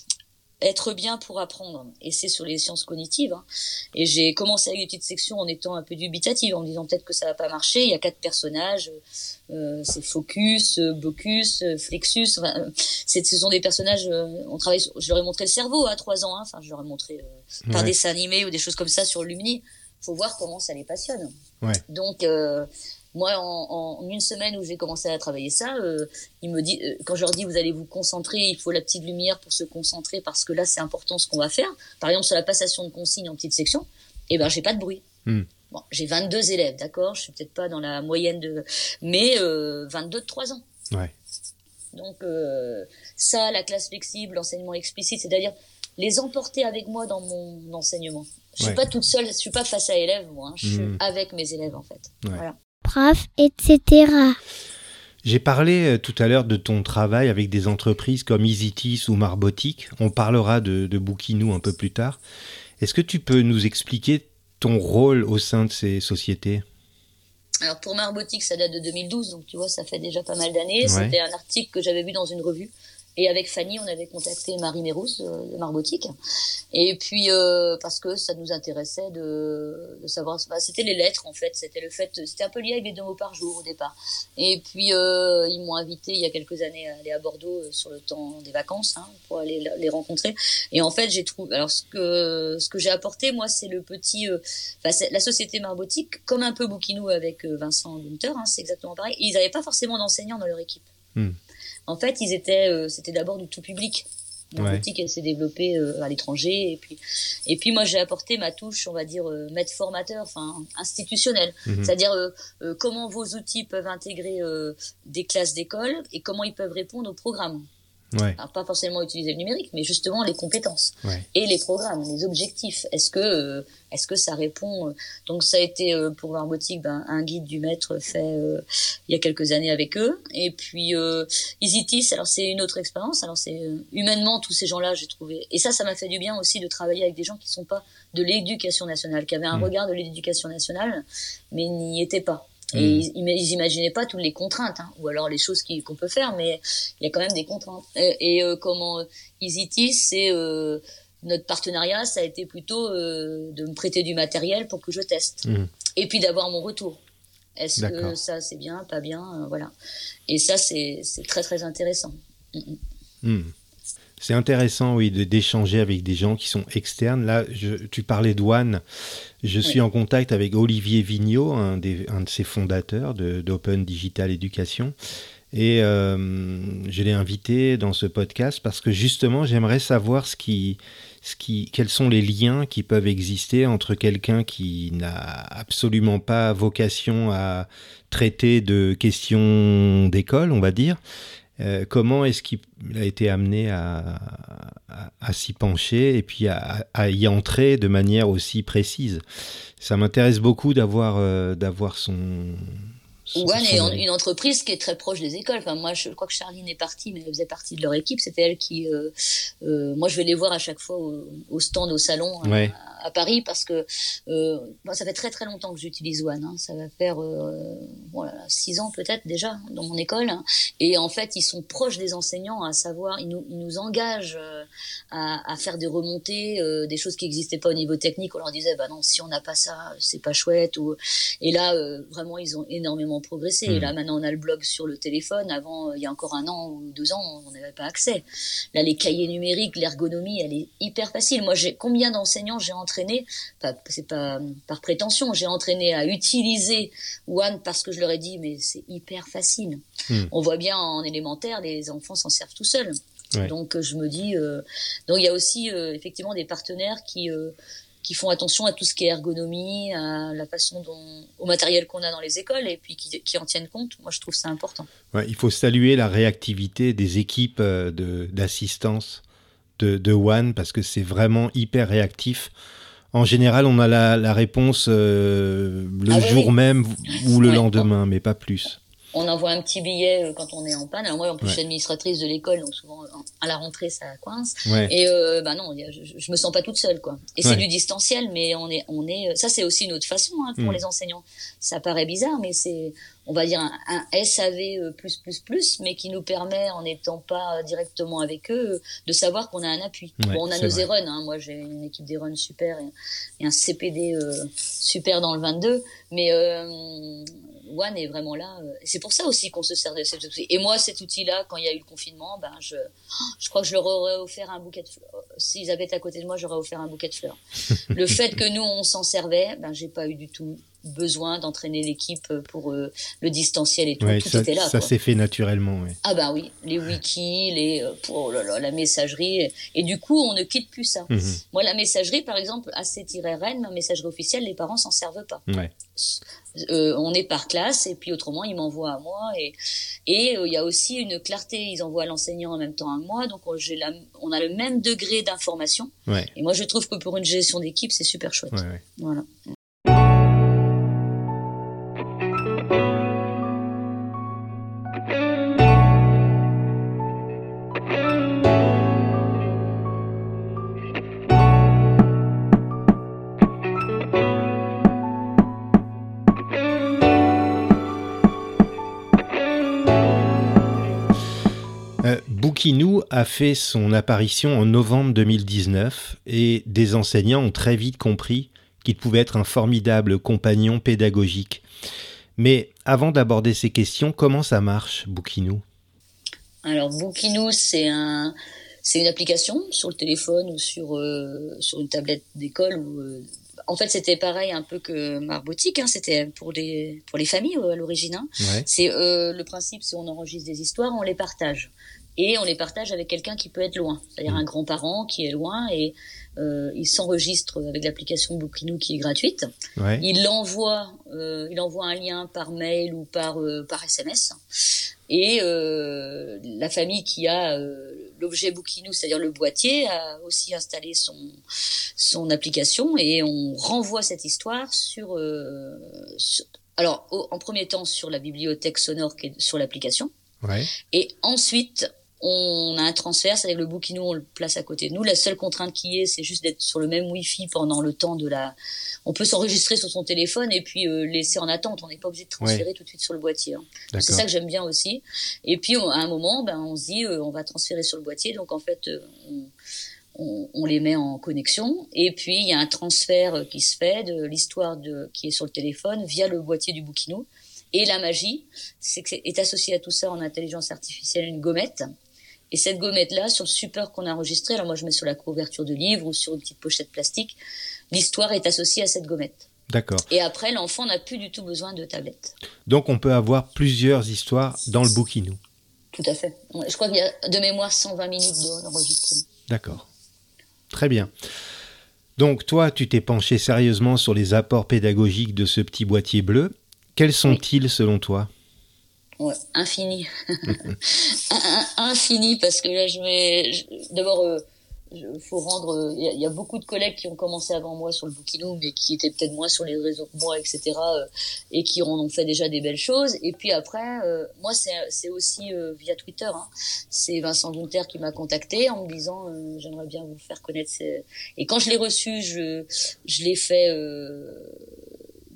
[SPEAKER 3] être bien pour apprendre. Et c'est sur les sciences cognitives. Hein. Et j'ai commencé avec des petites sections en étant un peu dubitative, en me disant peut-être que ça va pas marcher. Il y a quatre personnages. Euh, c'est Focus, Bocus, Flexus. Enfin, euh, c'est, ce sont des personnages. Euh, on travaille. Sur, je leur ai montré le cerveau à trois ans. Hein. Enfin, je leur ai montré euh, par ouais. dessin animé ou des choses comme ça sur Lumni. Faut voir comment ça les passionne.
[SPEAKER 1] Ouais.
[SPEAKER 3] Donc, euh, moi, en, en une semaine où j'ai commencé à travailler ça, euh, il me dit, euh, quand je leur dis, vous allez vous concentrer, il faut la petite lumière pour se concentrer parce que là, c'est important ce qu'on va faire. Par exemple, sur la passation de consignes en petite section, eh ben, j'ai pas de bruit. Mm. Bon, j'ai vingt-deux élèves, d'accord? Je suis peut-être pas dans la moyenne de, mais euh, vingt-deux de trois ans.
[SPEAKER 1] Ouais.
[SPEAKER 3] Donc, euh, ça, la classe flexible, l'enseignement explicite, c'est-à-dire les emporter avec moi dans mon enseignement. Je suis ouais. pas toute seule, je suis pas face à élèves, moi. Hein. Je suis mmh. avec mes élèves, en fait.
[SPEAKER 1] Ouais.
[SPEAKER 3] Voilà.
[SPEAKER 2] Prof, et cetera.
[SPEAKER 1] J'ai parlé euh, tout à l'heure de ton travail avec des entreprises comme EasyTeas ou Marbotique. On parlera de, de Bookinou un peu plus tard. Est-ce que tu peux nous expliquer ton rôle au sein de ces sociétés ?
[SPEAKER 3] Alors, pour Marbotique, ça date de deux mille douze, donc tu vois, ça fait déjà pas mal d'années. Ouais. C'était un article que j'avais vu dans une revue. Et avec Fanny, on avait contacté Marie Mérousse euh, de Marbotique. Et puis, euh, parce que ça nous intéressait de, de savoir... Bah, c'était les lettres, en fait. C'était le fait... C'était un peu lié avec les deux mots par jour, au départ. Et puis, euh, ils m'ont invité, il y a quelques années, à aller à Bordeaux euh, sur le temps des vacances, hein, pour aller les rencontrer. Et en fait, j'ai trouvé... Alors, ce que, ce que j'ai apporté, moi, c'est le petit... Euh, enfin, c'est la société Marbotique, comme un peu Bookinou avec euh, Vincent Gunther, hein, c'est exactement pareil. Ils n'avaient pas forcément d'enseignants dans leur équipe. Mm. En fait, ils étaient, euh, c'était d'abord du tout public. La boutique, ouais. elle s'est développée euh, à l'étranger, et puis, et puis moi j'ai apporté ma touche, on va dire euh, maître formateur, enfin institutionnel. Mm-hmm. C'est-à-dire euh, euh, comment vos outils peuvent intégrer euh, des classes d'école et comment ils peuvent répondre au programme. Ouais. Alors, pas forcément utiliser le numérique, mais justement les compétences ouais. et les programmes, les objectifs. Est-ce que, euh, est-ce que ça répond euh... Donc ça a été euh, pour Marbotique ben, un guide du maître fait euh, il y a quelques années avec eux. Et puis euh, EasyTeas, alors c'est une autre expérience. Alors c'est euh, humainement tous ces gens-là, j'ai trouvé. Et ça, ça m'a fait du bien aussi de travailler avec des gens qui sont pas de l'éducation nationale, qui avaient un mmh. regard de l'éducation nationale, mais n'y étaient pas. Et mmh. ils, ils imaginaient pas toutes les contraintes, hein, ou alors les choses qui, qu'on peut faire, mais il y a quand même des contraintes. Et, et euh, comment EasyTeas, c'est euh, notre partenariat, ça a été plutôt euh, de me prêter du matériel pour que je teste, mmh. et puis d'avoir mon retour. Est-ce D'accord. que ça c'est bien, pas bien, euh, voilà. Et ça c'est c'est très très intéressant. Mmh.
[SPEAKER 1] Mmh. C'est intéressant, oui, de, d'échanger avec des gens qui sont externes. Là, je, tu parlais d'Ouane. Je oui. suis en contact avec Olivier Vigneault, un, des, un de ses fondateurs de, d'Open Digital Education. Et euh, je l'ai invité dans ce podcast parce que justement, j'aimerais savoir ce qui, ce qui, quels sont les liens qui peuvent exister entre quelqu'un qui n'a absolument pas vocation à traiter de questions d'école, on va dire. Euh, comment est-ce qu'il a été amené à, à, à s'y pencher et puis à, à y entrer de manière aussi précise. Ça m'intéresse beaucoup d'avoir, euh, d'avoir son...
[SPEAKER 3] Ouane est en, une entreprise qui est très proche des écoles. Enfin, moi, je crois que Charline est partie, mais elle faisait partie de leur équipe. C'était elle qui... Euh, euh, moi, je vais les voir à chaque fois au, au stand, au salon, ouais. à, à Paris, parce que euh, moi, ça fait très très longtemps que j'utilise Ouane. Hein. Ça va faire euh, voilà, six ans peut-être déjà dans mon école. Et en fait, ils sont proches des enseignants, à savoir, ils nous, ils nous engagent... Euh, à, à faire des remontées, euh, des choses qui n'existaient pas au niveau technique. On leur disait, bah non, si on n'a pas ça, c'est pas chouette. Ou... Et là, euh, vraiment, ils ont énormément progressé. Mmh. Et là, maintenant, on a le blog sur le téléphone. Avant, il y a encore un an ou deux ans, on n'avait pas accès. Là, les cahiers numériques, l'ergonomie, elle est hyper facile. Moi, j'ai combien d'enseignants j'ai entraîné, pas, c'est pas par prétention, j'ai entraîné à utiliser One parce que je leur ai dit, mais c'est hyper facile. Mmh. On voit bien en élémentaire, les enfants s'en servent tout seuls. Ouais. Donc, je me dis, euh, donc il y a aussi euh, effectivement des partenaires qui euh, qui font attention à tout ce qui est ergonomie, à la façon dont, au matériel qu'on a dans les écoles et puis qui, qui en tiennent compte. Moi, je trouve ça important.
[SPEAKER 1] Ouais, il faut saluer la réactivité des équipes de, d'assistance de, de One parce que c'est vraiment hyper réactif. En général, on a la, la réponse euh, le ah, jour oui. même ou le ouais, lendemain, mais pas plus.
[SPEAKER 3] On envoie un petit billet quand on est en panne. Alors moi, en plus, ouais. je suis administratrice de l'école, donc souvent à la rentrée, ça coince. Ouais. Et euh, bah non, je, je me sens pas toute seule, quoi. Et ouais. c'est du distanciel, mais on est, on est. Ça, c'est aussi une autre façon hein, pour mmh. les enseignants. Ça paraît bizarre, mais c'est, on va dire un, un S A V plus plus plus, mais qui nous permet, en n'étant pas directement avec eux, de savoir qu'on a un appui. Ouais, bon, on a nos E-Run. Hein. Moi, j'ai une équipe d'E-Run super et, et un C P D euh, super dans le vingt-deux, mais euh, One est vraiment là. C'est pour ça aussi qu'on se sert de cet outil. Et moi, cet outil-là, quand il y a eu le confinement, ben je, je crois que je leur aurais offert un bouquet de fleurs. S'ils avaient été à côté de moi, j'aurais offert un bouquet de fleurs. Le fait que nous, on s'en servait, ben j'ai pas eu du tout besoin d'entraîner l'équipe pour euh, le distanciel et tout.
[SPEAKER 1] Ouais,
[SPEAKER 3] tout
[SPEAKER 1] ça,
[SPEAKER 3] était là.
[SPEAKER 1] Ça
[SPEAKER 3] quoi.
[SPEAKER 1] s'est fait naturellement. Ouais.
[SPEAKER 3] Ah ben oui, les wikis, les, oh là là, la messagerie. Et, et du coup, on ne quitte plus ça. Mm-hmm. Moi, la messagerie, par exemple, A C R N, ma messagerie officielle, les parents s'en servent pas.
[SPEAKER 1] Ouais.
[SPEAKER 3] Euh, on est par classe et puis autrement ils m'envoient à moi et et il euh, y a aussi une clarté, ils envoient à l'enseignant en même temps à moi, donc on, j'ai la, on a le même degré d'information. Ouais. Et moi je trouve que pour une gestion d'équipe c'est super chouette. Ouais, ouais. Voilà.
[SPEAKER 1] Bookinou a fait son apparition en novembre deux mille dix-neuf et des enseignants ont très vite compris qu'il pouvait être un formidable compagnon pédagogique. Mais avant d'aborder ces questions, comment ça marche, Bookinou ?
[SPEAKER 3] Alors Bookinou, c'est un, c'est une application sur le téléphone ou sur euh, sur une tablette d'école. Où, euh, en fait, c'était pareil un peu que Marbotique, hein, c'était pour les pour les familles euh, à l'origine. Hein. Ouais. C'est euh, le principe, c'est on enregistre des histoires, on les partage. Et on les partage avec quelqu'un qui peut être loin, c'est-à-dire un grand-parent qui est loin et euh, il s'enregistre avec l'application Bookinou qui est gratuite. Ouais. Il envoie, euh, il envoie un lien par mail ou par euh, par S M S. Et euh, la famille qui a euh, l'objet Bookinou, c'est-à-dire le boîtier, a aussi installé son son application et on renvoie cette histoire sur, euh, sur alors au, en premier temps sur la bibliothèque sonore qui est sur l'application. Ouais. Et ensuite on a un transfert, c'est-à-dire que le Bookinou, on le place à côté de nous. La seule contrainte qui est, c'est juste d'être sur le même Wi-Fi pendant le temps de la... On peut s'enregistrer sur son téléphone et puis euh, laisser en attente. On n'est pas obligé de transférer ouais. tout de suite sur le boîtier. Hein. C'est ça que j'aime bien aussi. Et puis, on, à un moment, ben, on se dit, euh, on va transférer sur le boîtier. Donc, en fait, euh, on, on, on les met en connexion. Et puis, il y a un transfert qui se fait de l'histoire de, qui est sur le téléphone via le boîtier du Bookinou. Et la magie, c'est que est associé à tout ça en intelligence artificielle une gommette. Et cette gommette-là, sur le support qu'on a enregistré, alors moi je mets sur la couverture de livre ou sur une petite pochette plastique, l'histoire est associée à cette gommette.
[SPEAKER 1] D'accord.
[SPEAKER 3] Et après, l'enfant n'a plus du tout besoin de tablette.
[SPEAKER 1] Donc on peut avoir plusieurs histoires dans le Bookinou.
[SPEAKER 3] Tout à fait. Je crois qu'il y a de mémoire cent vingt minutes d'enregistrement.
[SPEAKER 1] D'accord. Très bien. Donc toi, tu t'es penché sérieusement sur les apports pédagogiques de ce petit boîtier bleu. Quels sont-ils oui. selon toi ?
[SPEAKER 3] Ouais, infini. Infini, parce que là, je mets... Je, d'abord, euh, il faut rendre... Il y, y a beaucoup de collègues qui ont commencé avant moi sur le Bookinou, mais qui étaient peut-être moins sur les réseaux que moi, et cetera, euh, et qui en ont fait déjà des belles choses. Et puis après, euh, moi, c'est, c'est aussi euh, via Twitter. Hein. C'est Vincent Gunther qui m'a contacté en me disant euh, « J'aimerais bien vous faire connaître ces... » Et quand je l'ai reçu, je, je l'ai fait... Euh,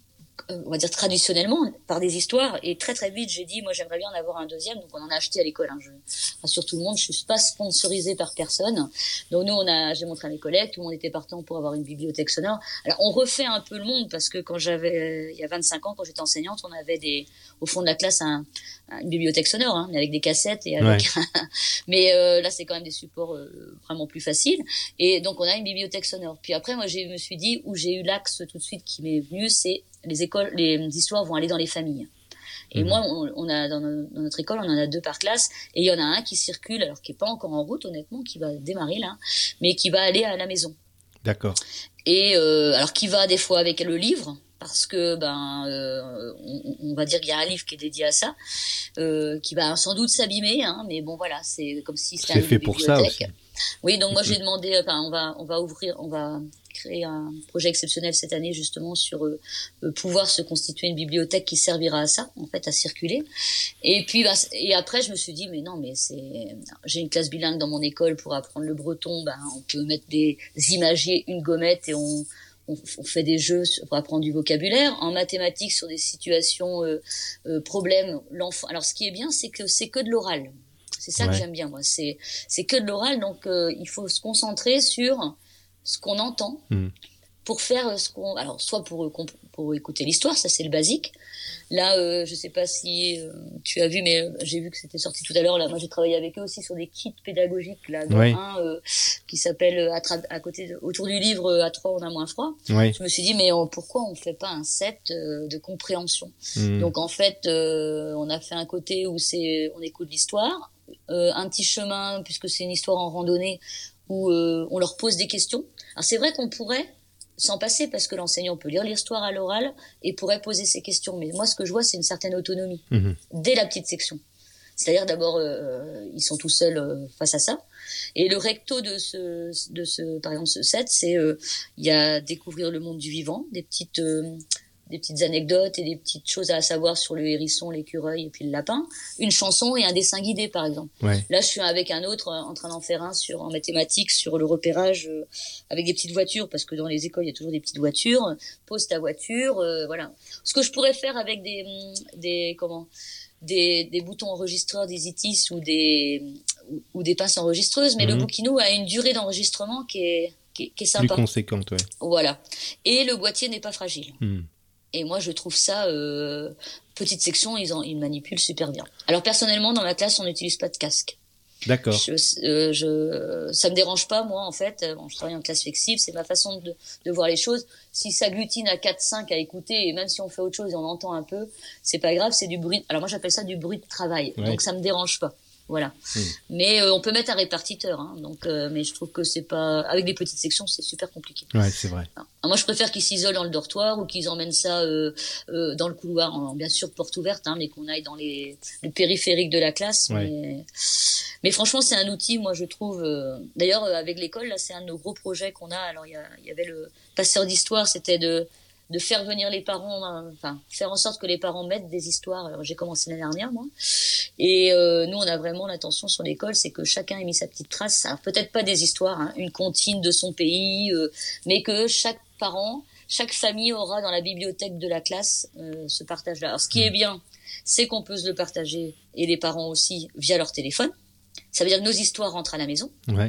[SPEAKER 3] on va dire traditionnellement, par des histoires. Et très très vite, j'ai dit, moi j'aimerais bien en avoir un deuxième. Donc on en a acheté à l'école. Hein. Je rassure tout le monde, je suis pas sponsorisée par personne. Donc nous, on a, j'ai montré à mes collègues, tout le monde était partant pour avoir une bibliothèque sonore. Alors on refait un peu le monde parce que quand j'avais, il y a vingt-cinq ans, quand j'étais enseignante, on avait des, au fond de la classe un, une bibliothèque sonore, hein, avec des cassettes et avec. Ouais. Mais euh, là, c'est quand même des supports euh, vraiment plus faciles. Et donc on a une bibliothèque sonore. Puis après, moi, je me suis dit où j'ai eu l'axe tout de suite qui m'est venu, c'est les écoles, les histoires vont aller dans les familles. Et mmh. moi, on, on a dans, no, dans notre école, on en a deux par classe, et il y en a un qui circule, alors qui est pas encore en route, honnêtement, qui va démarrer là, mais qui va aller à la maison.
[SPEAKER 1] D'accord.
[SPEAKER 3] Et euh, alors qui va des fois avec le livre, parce que ben, euh, on, on va dire qu'il y a un livre qui est dédié à ça, euh, qui va sans doute s'abîmer, hein, mais bon voilà, c'est comme si c'était
[SPEAKER 1] c'est
[SPEAKER 3] un
[SPEAKER 1] fait pour ça aussi.
[SPEAKER 3] Oui, donc moi j'ai demandé, enfin on va on va ouvrir, on va créer un projet exceptionnel cette année justement sur euh, pouvoir se constituer une bibliothèque qui servira à ça, en fait, à circuler. Et puis bah, et après je me suis dit mais non mais c'est, j'ai une classe bilingue dans mon école pour apprendre le breton, bah on peut mettre des imagiers, une gommette et on on, on fait des jeux pour apprendre du vocabulaire. En mathématiques sur des situations euh, euh, problèmes, l'enfant. Alors ce qui est bien c'est que c'est que de l'oral. C'est ça ouais. que j'aime bien moi, c'est c'est que de l'oral, donc euh, il faut se concentrer sur ce qu'on entend mmh. pour faire ce qu'on, alors soit pour pour écouter l'histoire, ça c'est le basique. Là, euh, je sais pas si euh, tu as vu, mais euh, j'ai vu que c'était sorti tout à l'heure. Là, moi j'ai travaillé avec eux aussi sur des kits pédagogiques là, dont ouais. un euh, qui s'appelle à, tra- à côté de, autour du livre à trois on a moins froid. Ouais. Je me suis dit mais on, pourquoi on fait pas un set euh, de compréhension mmh. Donc en fait, euh, on a fait un côté où c'est on écoute l'histoire. Euh, un petit chemin, puisque c'est une histoire en randonnée, où euh, on leur pose des questions. Alors c'est vrai qu'on pourrait s'en passer, parce que l'enseignant peut lire l'histoire à l'oral et pourrait poser ses questions. Mais moi, ce que je vois, c'est une certaine autonomie, mmh. dès la petite section. C'est-à-dire, d'abord, euh, ils sont tout seuls euh, face à ça. Et le recto de ce, de ce par exemple, ce set, c'est euh, il y a découvrir le monde du vivant, des petites... Euh, des petites anecdotes et des petites choses à savoir sur le hérisson, l'écureuil et puis le lapin, une chanson et un dessin guidé par exemple. Ouais. Là je suis avec un autre en train d'en faire un sur en mathématiques sur le repérage euh, avec des petites voitures, parce que dans les écoles il y a toujours des petites voitures, pose ta voiture, euh, voilà. Ce que je pourrais faire avec des des comment des des boutons enregistreurs, des itis ou des ou, ou des pinces enregistreuses, mais mmh. le Bookinou a une durée d'enregistrement qui est qui est, qui est sympa.
[SPEAKER 1] Plus conséquente, ouais.
[SPEAKER 3] Voilà. Et le boîtier n'est pas fragile.
[SPEAKER 1] Mmh.
[SPEAKER 3] Et moi, je trouve ça, euh, petite section, ils, en, ils manipulent super bien. Alors, personnellement, dans ma classe, on n'utilise pas de casque.
[SPEAKER 1] D'accord.
[SPEAKER 3] Je, euh, je, ça me dérange pas, moi, en fait. Bon, je travaille en classe flexible, c'est ma façon de, de voir les choses. Si ça glutine à quatre cinq à écouter, et même si on fait autre chose et on entend un peu, c'est pas grave, c'est du bruit. Alors, moi, j'appelle ça du bruit de travail. Ouais. Donc, ça me dérange pas. Voilà. Mmh. Mais euh, on peut mettre un répartiteur, hein, donc, euh, mais je trouve que c'est pas, avec des petites sections, c'est super compliqué.
[SPEAKER 1] Ouais, c'est vrai.
[SPEAKER 3] Alors, moi, je préfère qu'ils s'isolent dans le dortoir ou qu'ils emmènent ça euh, euh, dans le couloir, en, bien sûr porte ouverte, hein, mais qu'on aille dans les le périphérique de la classe. Ouais. Mais, mais franchement, c'est un outil, moi, je trouve. Euh, d'ailleurs, euh, avec l'école, là, c'est un de nos gros projets qu'on a. Alors, il y, a, il y avait le passeur d'histoire, c'était de de faire venir les parents, hein, enfin faire en sorte que les parents mettent des histoires. Alors j'ai commencé l'année dernière moi, et euh, nous on a vraiment l'intention sur l'école, c'est que chacun ait mis sa petite trace. Alors, peut-être pas des histoires, hein, une comptine de son pays, euh, mais que chaque parent, chaque famille aura dans la bibliothèque de la classe euh, ce partage-là. Alors ce qui est bien, c'est qu'on peut se le partager, et les parents aussi, via leur téléphone. Ça veut dire que nos histoires rentrent à la maison.
[SPEAKER 1] Ouais.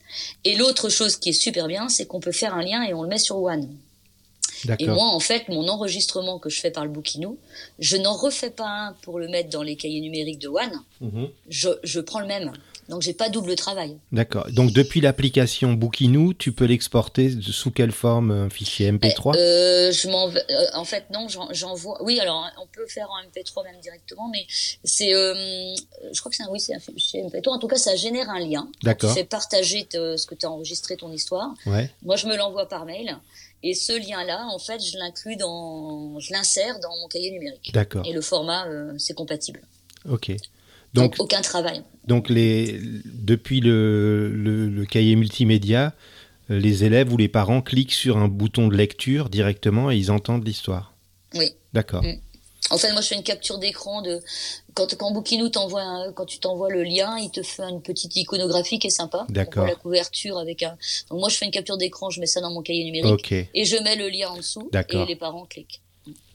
[SPEAKER 3] Et l'autre chose qui est super bien, c'est qu'on peut faire un lien et on le met sur One.
[SPEAKER 1] D'accord.
[SPEAKER 3] Et moi, en fait, mon enregistrement que je fais par le Bookinou, je n'en refais pas un pour le mettre dans les cahiers numériques de One. Mmh. Je, je prends le même. Donc, j'ai pas double travail.
[SPEAKER 1] D'accord. Donc, depuis l'application Bookinou, tu peux l'exporter sous quelle forme? Un fichier M P trois?
[SPEAKER 3] euh, je m'en, euh, En fait, non, j'en, j'envoie. Oui, alors, on peut faire en M P trois même directement, mais c'est, euh, je crois que c'est un, oui, c'est un fichier M P trois. En tout cas, ça génère un lien.
[SPEAKER 1] D'accord.
[SPEAKER 3] Tu fais partager te, ce que tu as enregistré, ton histoire.
[SPEAKER 1] Ouais.
[SPEAKER 3] Moi, je me l'envoie par mail. Et ce lien-là, en fait, je l'inclus dans, je l'insère dans mon cahier numérique.
[SPEAKER 1] D'accord.
[SPEAKER 3] Et le format, euh, c'est compatible.
[SPEAKER 1] Ok.
[SPEAKER 3] Donc,
[SPEAKER 1] Donc
[SPEAKER 3] aucun travail.
[SPEAKER 1] Donc les, depuis le, le, le cahier multimédia, les élèves ou les parents cliquent sur un bouton de lecture directement et ils entendent l'histoire.
[SPEAKER 3] Oui.
[SPEAKER 1] D'accord.
[SPEAKER 3] Mmh. En fait, moi, je fais une capture d'écran de quand quand Bookinou t'envoie un, quand tu t'envoies le lien, il te fait une petite iconographie qui est sympa.
[SPEAKER 1] D'accord.
[SPEAKER 3] On voit la couverture avec un. Donc moi, je fais une capture d'écran, je mets ça dans mon cahier numérique.
[SPEAKER 1] Okay.
[SPEAKER 3] Et je mets le lien en dessous.
[SPEAKER 1] D'accord.
[SPEAKER 3] Et les parents cliquent.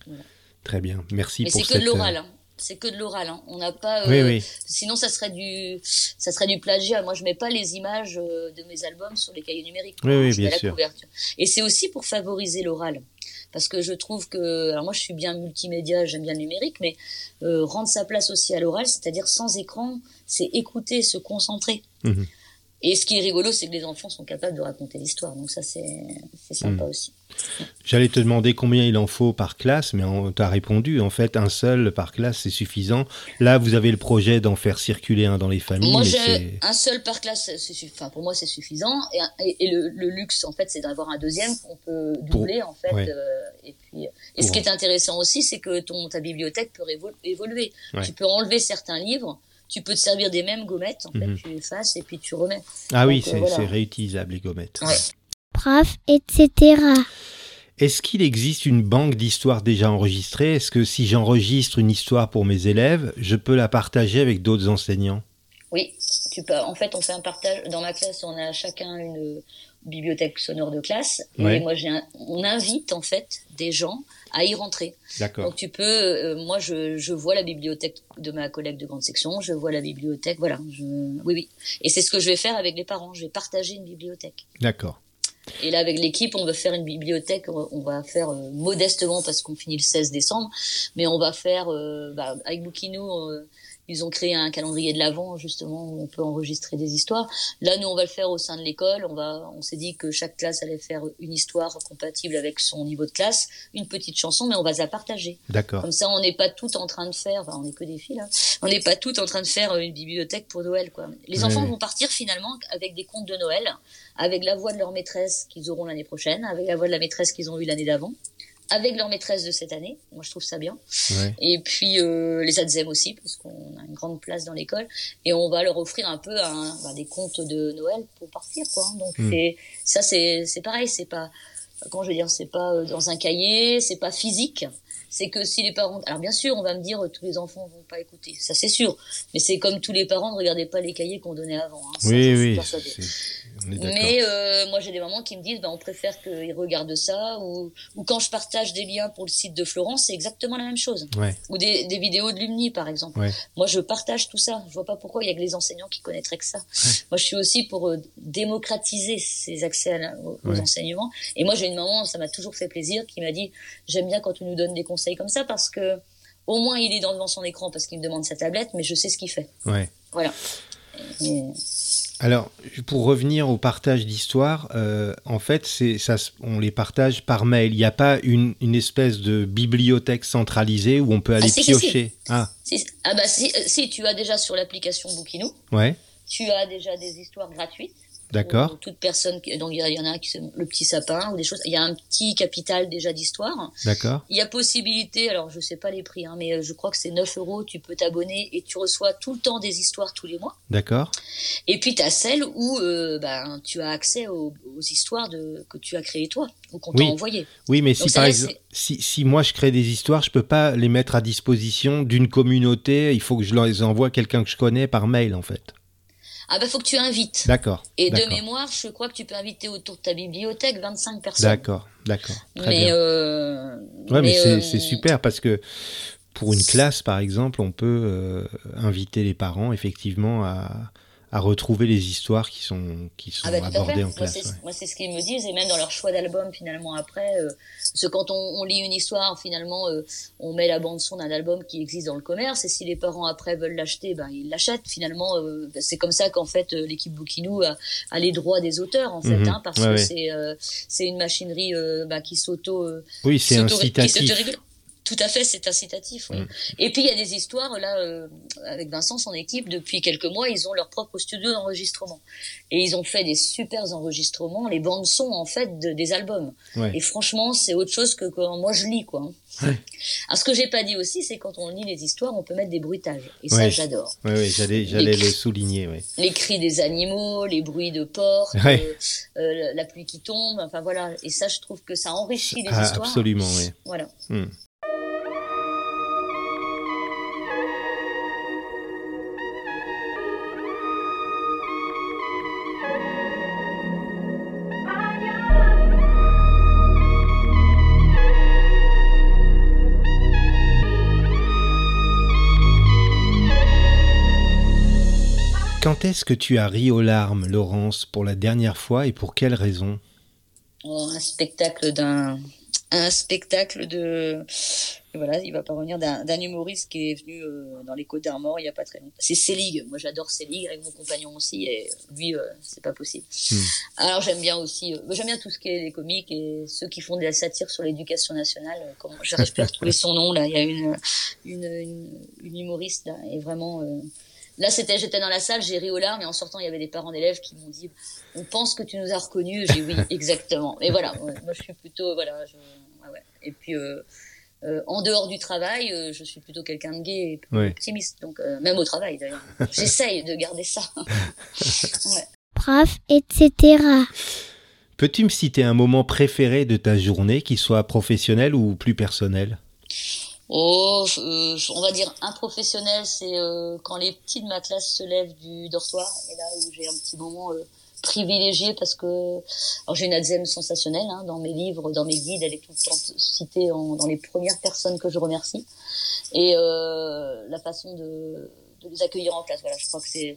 [SPEAKER 3] Voilà.
[SPEAKER 1] Très bien, merci
[SPEAKER 3] Mais
[SPEAKER 1] pour
[SPEAKER 3] c'est
[SPEAKER 1] cette...
[SPEAKER 3] que de l'oral, hein. C'est que de l'oral, hein. On n'a pas. Euh,
[SPEAKER 1] Oui, oui.
[SPEAKER 3] Sinon, ça serait du, ça serait du plagiat. Moi, je mets pas les images euh, de mes albums sur les cahiers numériques.
[SPEAKER 1] Oui,
[SPEAKER 3] hein.
[SPEAKER 1] oui,
[SPEAKER 3] Je
[SPEAKER 1] bien
[SPEAKER 3] mets
[SPEAKER 1] sûr.
[SPEAKER 3] la couverture. Et c'est aussi pour favoriser l'oral, parce que je trouve que, alors moi, je suis bien multimédia, j'aime bien le numérique, mais euh, rendre sa place aussi à l'oral, c'est-à-dire sans écran, c'est écouter, se concentrer.
[SPEAKER 1] Mhm.
[SPEAKER 3] Et ce qui est rigolo, c'est que les enfants sont capables de raconter l'histoire. Donc ça, c'est, c'est sympa
[SPEAKER 1] Mhm.
[SPEAKER 3] aussi.
[SPEAKER 1] J'allais te demander combien il en faut par classe, mais on t'a répondu. En fait, un seul par classe, c'est suffisant. Là, vous avez le projet d'en faire circuler un dans les familles.
[SPEAKER 3] Moi,
[SPEAKER 1] mais
[SPEAKER 3] j'ai
[SPEAKER 1] c'est...
[SPEAKER 3] un seul par classe, c'est, c'est, enfin, pour moi, c'est suffisant. Et, un- et, et le, le luxe, en fait, c'est d'avoir un deuxième qu'on peut doubler, en fait.
[SPEAKER 1] ouais.
[SPEAKER 3] euh, et puis, et
[SPEAKER 1] Pour-
[SPEAKER 3] ce qui est intéressant aussi, c'est que ton, ta bibliothèque peut révo- évoluer.
[SPEAKER 1] Ouais.
[SPEAKER 3] Tu peux enlever certains livres, tu peux te servir des mêmes gommettes, en
[SPEAKER 1] Mhm.
[SPEAKER 3] fait, tu effaces et puis tu remets.
[SPEAKER 1] Ah oui,
[SPEAKER 3] Donc, euh,
[SPEAKER 1] c'est,
[SPEAKER 3] voilà.
[SPEAKER 1] c'est réutilisable, les gommettes.
[SPEAKER 3] Ouais.
[SPEAKER 2] prof, et cetera.
[SPEAKER 1] Est-ce qu'il existe une banque d'histoires déjà enregistrée ? Est-ce que si j'enregistre une histoire pour mes élèves, je peux la partager avec d'autres enseignants ?
[SPEAKER 3] Oui, tu peux. En fait, on fait un partage. Dans ma classe, on a chacun une bibliothèque sonore de classe. Et
[SPEAKER 1] Ouais.
[SPEAKER 3] moi, j'ai un... on invite, en fait, des gens à y rentrer.
[SPEAKER 1] D'accord.
[SPEAKER 3] Donc tu peux, euh, moi je, je vois la bibliothèque de ma collègue de grande section, je vois la bibliothèque, voilà, je, oui oui. Et c'est ce que je vais faire avec les parents, je vais partager une bibliothèque.
[SPEAKER 1] D'accord.
[SPEAKER 3] Et là avec l'équipe, on va faire une bibliothèque, on va faire euh, modestement parce qu'on finit le seize décembre, mais on va faire, euh, bah, avec Bookinou, euh, ils ont créé un calendrier de l'Avent justement où on peut enregistrer des histoires. Là, nous, on va le faire au sein de l'école. On va, on s'est dit que chaque classe allait faire une histoire compatible avec son niveau de classe, une petite chanson, mais on va la partager.
[SPEAKER 1] D'accord.
[SPEAKER 3] Comme ça, on n'est pas tout en train de faire, enfin, on n'est que des filles là, on n'est pas tout en train de faire une bibliothèque pour Noël, quoi. Les
[SPEAKER 1] Ouais.
[SPEAKER 3] enfants vont partir finalement avec des contes de Noël, avec la voix de leur maîtresse qu'ils auront l'année prochaine, avec la voix de la maîtresse qu'ils ont eue l'année d'avant, avec leur maîtresse de cette année. Moi, je trouve ça bien.
[SPEAKER 1] Ouais.
[SPEAKER 3] Et puis euh, les Adzem aussi, parce qu'on a une grande place dans l'école, et on va leur offrir un peu un, bah, des contes de Noël pour partir, quoi. Donc
[SPEAKER 1] Mm.
[SPEAKER 3] c'est ça, c'est c'est pareil, c'est pas, comment je veux dire, c'est pas euh, dans un cahier, c'est pas physique. C'est que si les parents, alors bien sûr, on va me dire euh, tous les enfants vont pas écouter, ça c'est sûr. Mais c'est comme tous les parents, ne regardez pas les cahiers qu'on donnait avant. Hein. Ça,
[SPEAKER 1] Oui,
[SPEAKER 3] j'en suis
[SPEAKER 1] oui.
[SPEAKER 3] persuadée.
[SPEAKER 1] c'est- On est d'accord.
[SPEAKER 3] Mais euh, moi j'ai des mamans qui me disent bah, on préfère qu'ils regardent ça, ou, ou quand je partage des liens pour le site de Florence, c'est exactement la même chose.
[SPEAKER 1] Ouais.
[SPEAKER 3] Ou des, des vidéos de Lumni par exemple.
[SPEAKER 1] Ouais.
[SPEAKER 3] Moi je partage tout ça, je vois pas pourquoi il y a que les enseignants qui connaîtraient que ça. Moi je suis aussi pour euh, démocratiser ces accès à la- aux, aux
[SPEAKER 1] Ouais.
[SPEAKER 3] enseignements. Et moi j'ai une maman, ça m'a toujours fait plaisir, qui m'a dit j'aime bien quand tu nous donnes des conseils comme ça parce que au moins il est devant son écran parce qu'il me demande sa tablette, mais je sais ce qu'il fait.
[SPEAKER 1] Ouais.
[SPEAKER 3] Voilà. Et-
[SPEAKER 1] Alors, pour revenir au partage d'histoires, euh, en fait, c'est, ça, se- on les partage par mail. Il n'y a pas une, une espèce de bibliothèque centralisée où on peut aller
[SPEAKER 3] si, si,
[SPEAKER 1] piocher. Ah,
[SPEAKER 3] Si, ah bah si, euh, si tu as déjà sur l'application Bookinou,
[SPEAKER 1] ouais,
[SPEAKER 3] tu as déjà des histoires gratuites.
[SPEAKER 1] d'accord.
[SPEAKER 3] Pour toute personne, qui- donc il y, a- il y en a qui sont le petit sapin ou des choses. Il y a un petit capital déjà d'histoire.
[SPEAKER 1] D'accord.
[SPEAKER 3] Il y a possibilité, alors je sais pas les prix, hein, mais euh, je crois que c'est neuf euros. Tu peux t'abonner et tu reçois tout le temps des histoires tous les mois.
[SPEAKER 1] D'accord.
[SPEAKER 3] Et puis tu as celle où euh, ben tu as accès aux, aux histoires de que tu as créées toi ou qu'on
[SPEAKER 1] Oui.
[SPEAKER 3] t'a envoyées.
[SPEAKER 1] Oui, mais
[SPEAKER 3] Donc
[SPEAKER 1] si
[SPEAKER 3] ça,
[SPEAKER 1] par
[SPEAKER 3] là,
[SPEAKER 1] exemple, si, si moi je crée des histoires, je peux pas les mettre à disposition d'une communauté. Il faut que je les envoie à quelqu'un que je connais par mail, en fait.
[SPEAKER 3] Ah bah faut que tu invites.
[SPEAKER 1] D'accord.
[SPEAKER 3] Et de
[SPEAKER 1] d'accord.
[SPEAKER 3] mémoire, je crois que tu peux inviter autour de ta bibliothèque vingt-cinq personnes.
[SPEAKER 1] D'accord, d'accord. Très
[SPEAKER 3] Mais,
[SPEAKER 1] bien.
[SPEAKER 3] euh,
[SPEAKER 1] Ouais, mais, c'est,
[SPEAKER 3] euh,
[SPEAKER 1] c'est super parce que pour une classe, par exemple, on peut euh, inviter les parents, effectivement, à, à retrouver les histoires qui sont, qui sont
[SPEAKER 3] Ah bah, tout à fait.
[SPEAKER 1] abordées en
[SPEAKER 3] Moi,
[SPEAKER 1] classe.
[SPEAKER 3] c'est,
[SPEAKER 1] ouais.
[SPEAKER 3] moi, c'est ce qu'ils me disent, et même dans leur choix d'album, finalement, après, euh, parce que quand on, on lit une histoire, finalement, euh, on met la bande-son d'un album qui existe dans le commerce, et si les parents, après, veulent l'acheter, ben, ils l'achètent. Finalement, euh, c'est comme ça qu'en fait, euh, l'équipe Bookinou a, a les droits des auteurs, en fait,
[SPEAKER 1] Mhm.
[SPEAKER 3] hein, parce
[SPEAKER 1] Ouais,
[SPEAKER 3] que
[SPEAKER 1] ouais.
[SPEAKER 3] c'est, euh, c'est une machinerie euh, bah, qui s'auto... euh,
[SPEAKER 1] Oui,
[SPEAKER 3] qui
[SPEAKER 1] c'est
[SPEAKER 3] s'auto- qui
[SPEAKER 1] incitatif.
[SPEAKER 3] s'autorégule. Tout à fait, c'est incitatif. Oui.
[SPEAKER 1] Mm.
[SPEAKER 3] Et puis il y a des histoires là euh, avec Vincent, son équipe, depuis quelques mois, ils ont leur propre studio d'enregistrement et ils ont fait des super enregistrements, les bandes son en fait de, des albums.
[SPEAKER 1] Ouais.
[SPEAKER 3] Et franchement, c'est autre chose que quand moi je lis quoi.
[SPEAKER 1] Ouais.
[SPEAKER 3] Alors ce que j'ai pas dit aussi, c'est quand on lit les histoires, on peut mettre des bruitages et ça
[SPEAKER 1] Ouais.
[SPEAKER 3] j'adore.
[SPEAKER 1] Oui, oui, j'allais, j'allais
[SPEAKER 3] Les-
[SPEAKER 1] le souligner. Ouais.
[SPEAKER 3] Les cris des animaux, les bruits de portes,
[SPEAKER 1] Ouais.
[SPEAKER 3] euh, euh, la pluie qui tombe, enfin voilà. Et ça, je trouve que ça enrichit les
[SPEAKER 1] Ah,
[SPEAKER 3] histoires.
[SPEAKER 1] absolument, oui.
[SPEAKER 3] Voilà.
[SPEAKER 1] Hmm. Quand est-ce que tu as ri aux larmes, Laurence, pour la dernière fois et pour quelle raison ?
[SPEAKER 3] Oh, un spectacle d'un, un spectacle de, voilà, il va pas revenir d'un, d'un humoriste qui est venu euh, dans les Côtes d'Armor il y a pas très longtemps. C'est Selig. Moi, j'adore Selig avec mon compagnon aussi, et lui, euh, c'est pas possible. Hmm. Alors, j'aime bien aussi, euh, j'aime bien tout ce qui est les comiques et ceux qui font de la satire sur l'éducation nationale. Euh, comment, j'arrive plus à retrouver son nom là. Il y a une, une, une, une humoriste là, et vraiment. Euh, Là, c'était, j'étais dans la salle, j'ai ri aux larmes, et en sortant, il y avait des parents d'élèves qui m'ont dit « On pense que tu nous as reconnus ». J'ai dit « Oui, exactement ». Et voilà, moi, je suis plutôt, voilà, je, ouais, ouais. Et puis, euh, euh, en dehors du travail, euh, je suis plutôt quelqu'un de gai et
[SPEAKER 1] ouais.
[SPEAKER 3] optimiste. Donc, euh, même au travail, d'ailleurs. J'essaye de garder ça. Ouais.
[SPEAKER 2] Prof, et cetera.
[SPEAKER 1] Peux-tu me citer un moment préféré de ta journée, qui soit professionnel ou plus personnel ?
[SPEAKER 3] Oh, euh, on va dire un professionnel, c'est euh, quand les petits de ma classe se lèvent du dortoir, et là où j'ai un petit moment euh, privilégié parce que alors j'ai une Alzheimer sensationnelle hein, dans mes livres, dans mes guides, elle est tout le temps citée en, dans les premières personnes que je remercie, et euh, la façon de, de les accueillir en classe, voilà, je crois que c'est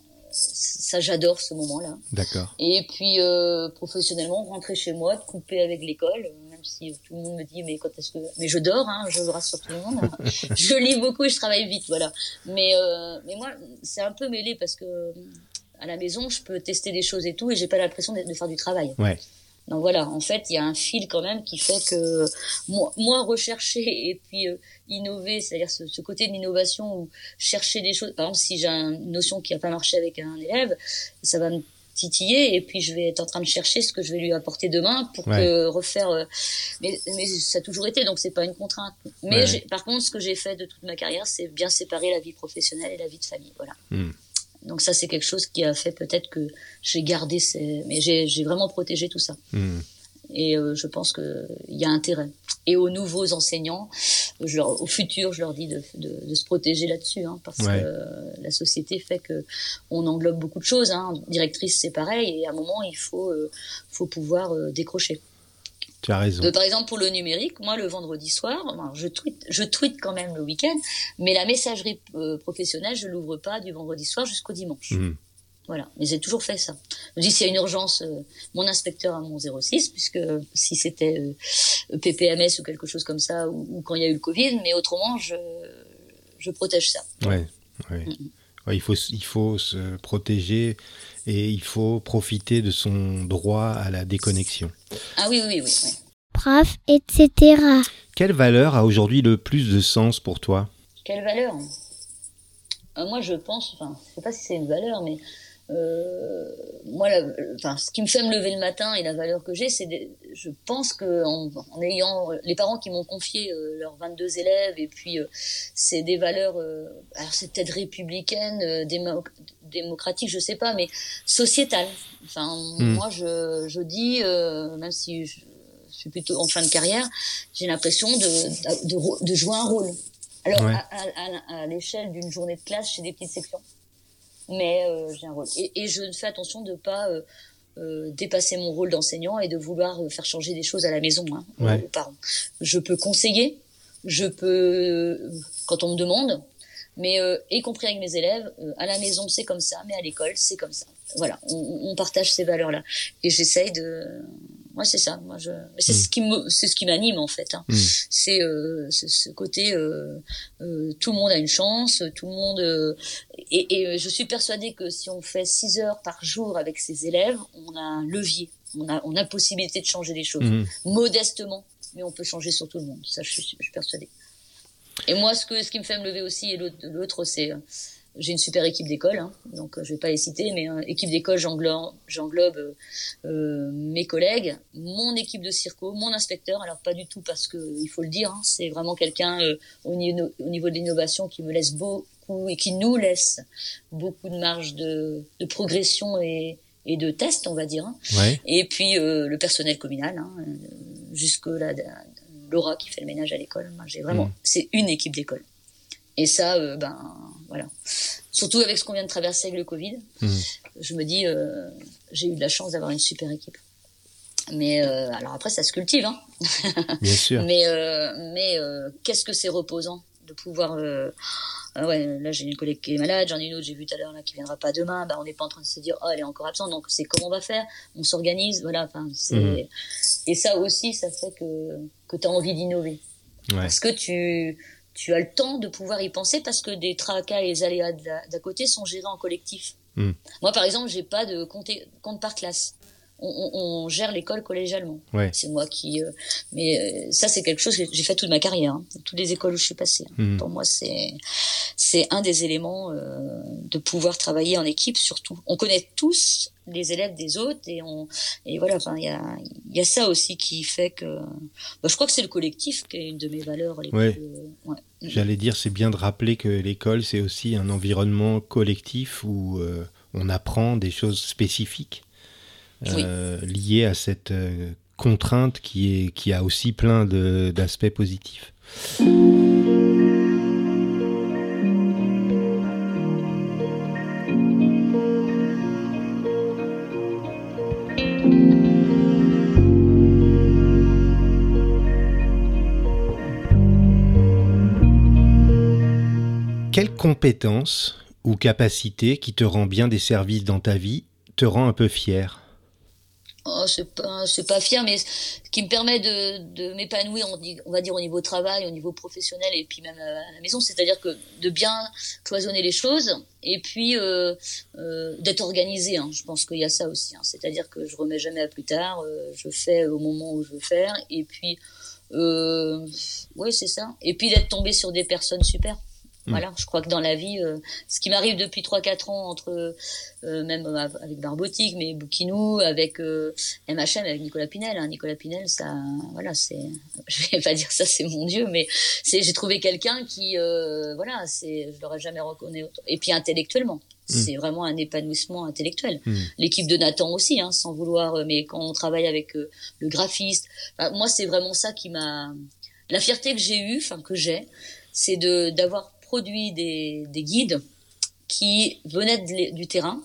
[SPEAKER 3] ça, j'adore ce moment-là.
[SPEAKER 1] D'accord.
[SPEAKER 3] Et puis euh, professionnellement, rentrer chez moi, de couper avec l'école. Si tout le monde me dit mais quand est-ce que mais je dors hein, je le rassure tout le monde. Je lis beaucoup et je travaille vite, voilà. Mais euh, mais moi c'est un peu mêlé parce que à la maison je peux tester des choses et tout et j'ai pas l'impression de, de faire du travail.
[SPEAKER 1] Ouais.
[SPEAKER 3] Donc voilà, en fait il y a un fil quand même qui fait que moi, moi rechercher et puis euh, innover, c'est-à-dire ce, ce côté de l'innovation ou chercher des choses. Par exemple si j'ai une notion qui a pas marché avec un élève, ça va me titiller et puis je vais être en train de chercher ce que je vais lui apporter demain pour ouais. que refaire euh, mais mais ça a toujours été donc c'est pas une contrainte mais ouais. j'ai, par contre ce que j'ai fait de toute ma carrière c'est bien séparer la vie professionnelle et la vie de famille, voilà. Mm. Donc ça c'est quelque chose qui a fait peut-être que j'ai gardé ces mais j'ai j'ai vraiment protégé tout ça. Mm. Et euh, je pense que il y a intérêt. Et aux nouveaux enseignants, je leur, au futur, je leur dis de, de, de se protéger là-dessus, hein, parce ouais. que euh, la société fait que on englobe beaucoup de choses. Hein. Directrice, c'est pareil, et à un moment, il faut, euh, faut pouvoir euh, décrocher.
[SPEAKER 1] Tu as raison.
[SPEAKER 3] De, par exemple, pour le numérique, moi, le vendredi soir, ben, je tweete, je tweete quand même le week-end, mais la messagerie euh, professionnelle, je l'ouvre pas du vendredi soir jusqu'au dimanche. Mmh. Voilà, mais j'ai toujours fait ça. Je me dis s'il y a une urgence, euh, mon inspecteur a mon zéro six, puisque euh, si c'était euh, P P M S ou quelque chose comme ça, ou, ou quand il y a eu le Covid, mais autrement, je, je protège ça.
[SPEAKER 1] Ouais, ouais. Mm-hmm. Ouais, il faut, il faut se protéger et il faut profiter de son droit à la déconnexion.
[SPEAKER 3] Ah oui, oui, oui. oui.
[SPEAKER 2] Prof, et cetera.
[SPEAKER 1] Quelle valeur a aujourd'hui le plus de sens pour toi ?
[SPEAKER 3] Quelle valeur ? euh, Moi, je pense, enfin, je ne sais pas si c'est une valeur, mais Euh, moi, la, enfin, ce qui me fait me lever le matin et la valeur que j'ai, c'est, des, je pense que en, en ayant les parents qui m'ont confié euh, leurs vingt-deux élèves, et puis euh, c'est des valeurs, euh, alors c'est peut-être républicaines, euh, démo, démocratiques, je sais pas, mais sociétales. Enfin, mmh. moi, je, je dis, euh, même si je, je suis plutôt en fin de carrière, j'ai l'impression de, de, de, de jouer un rôle. Alors, ouais. à, à, à, à l'échelle d'une journée de classe chez des petites sections. Mais euh, j'ai un rôle. Et, et je fais attention de ne pas euh, euh, dépasser mon rôle d'enseignant et de vouloir faire changer des choses à la maison, hein, ouais. aux parents. Je peux conseiller, je peux, quand on me demande, mais euh, y compris avec mes élèves, euh, à la maison c'est comme ça, mais à l'école c'est comme ça. Voilà, on, on partage ces valeurs-là. Et j'essaye de... Moi, c'est ça. Moi, je... c'est, mmh. ce qui me... c'est ce qui m'anime, en fait. Hein. Mmh. C'est, euh, c'est ce côté... Euh, euh, tout le monde a une chance, tout le monde... Euh, et, et je suis persuadée que si on fait six heures par jour avec ses élèves, on a un levier. On a, on a possibilité de changer les choses. Mmh. Modestement, mais on peut changer sur tout le monde. Ça, je suis, je suis persuadée. Et moi, ce, que, ce qui me fait me lever aussi, et l'autre, l'autre c'est... J'ai une super équipe d'école, hein, donc euh, je vais pas les citer, mais euh, équipe d'école, j'englobe, j'englobe euh, euh, mes collègues, mon équipe de circo, mon inspecteur. Alors pas du tout parce que il faut le dire, hein, c'est vraiment quelqu'un euh, au, niveau, au niveau de l'innovation qui me laisse beaucoup et qui nous laisse beaucoup de marge de, de progression et, et de test, on va dire. Hein.
[SPEAKER 1] Ouais.
[SPEAKER 3] Et puis euh, le personnel communal, hein, jusque là, Laura qui fait le ménage à l'école. Moi, j'ai vraiment, mmh. c'est une équipe d'école. Et ça, euh, ben voilà. Surtout avec ce qu'on vient de traverser avec le Covid, mmh. je me dis, euh, j'ai eu de la chance d'avoir une super équipe. Mais euh, alors après, ça se cultive, hein.
[SPEAKER 1] Bien sûr.
[SPEAKER 3] mais euh, mais euh, qu'est-ce que c'est reposant de pouvoir euh, ah ouais, là j'ai une collègue qui est malade, j'en ai une autre, j'ai vu tout à l'heure là qui viendra pas demain. Bah on n'est pas en train de se dire oh elle est encore absente, donc c'est comment on va faire, on s'organise, voilà. Enfin c'est mmh. Et ça aussi ça fait que que t'as envie d'innover, ouais. Parce que tu tu as le temps de pouvoir y penser parce que des tracas et les aléas d'à côté sont gérés en collectif. Mmh. Moi par exemple j'ai pas de compte compte par classe. On, on, on gère l'école collégialement. Ouais. C'est moi qui. Euh, mais euh, ça, c'est quelque chose que j'ai fait toute ma carrière, hein, toutes les écoles où je suis passée. Mmh. Pour moi, c'est c'est un des éléments euh, de pouvoir travailler en équipe, surtout. On connaît tous les élèves des autres et on et voilà. Enfin, il y a il y a ça aussi qui fait que. Bah, je crois que c'est le collectif qui est une de mes valeurs les
[SPEAKER 1] ouais.
[SPEAKER 3] plus. Euh, ouais.
[SPEAKER 1] J'allais dire, c'est bien de rappeler que l'école, c'est aussi un environnement collectif où euh, on apprend des choses spécifiques. Euh, oui. Lié à cette euh, contrainte qui, est, qui a aussi plein de, d'aspects positifs. Quelle compétence ou capacité qui te rend bien des services dans ta vie te rend un peu fier ?
[SPEAKER 3] Oh, c'est pas, c'est pas fier, mais ce qui me permet de, de m'épanouir, on, dit, on va dire au niveau travail, au niveau professionnel et puis même à la maison, c'est-à-dire que de bien cloisonner les choses et puis euh, euh, d'être organisé. Hein. Je pense qu'il y a ça aussi, hein. C'est-à-dire que je remets jamais à plus tard, euh, je fais au moment où je veux faire et puis euh, ouais c'est ça. Et puis d'être tombé sur des personnes super. Voilà, je crois que dans la vie, euh, ce qui m'arrive depuis trois quatre ans, entre euh, même avec Barbotique, mais Bouquinou, avec euh, M H M, avec Nicolas Pinel. Hein. Nicolas Pinel, ça, voilà, c'est, je vais pas dire ça, c'est mon Dieu, mais c'est, j'ai trouvé quelqu'un qui, euh, voilà, c'est, je l'aurais jamais reconnu autant. Et puis intellectuellement, mmh. c'est vraiment un épanouissement intellectuel. Mmh. L'équipe de Nathan aussi, hein, sans vouloir, mais quand on travaille avec euh, le graphiste, enfin, moi c'est vraiment ça qui m'a, la fierté que j'ai eue, enfin que j'ai, c'est de d'avoir produit des, des guides qui venaient de, du terrain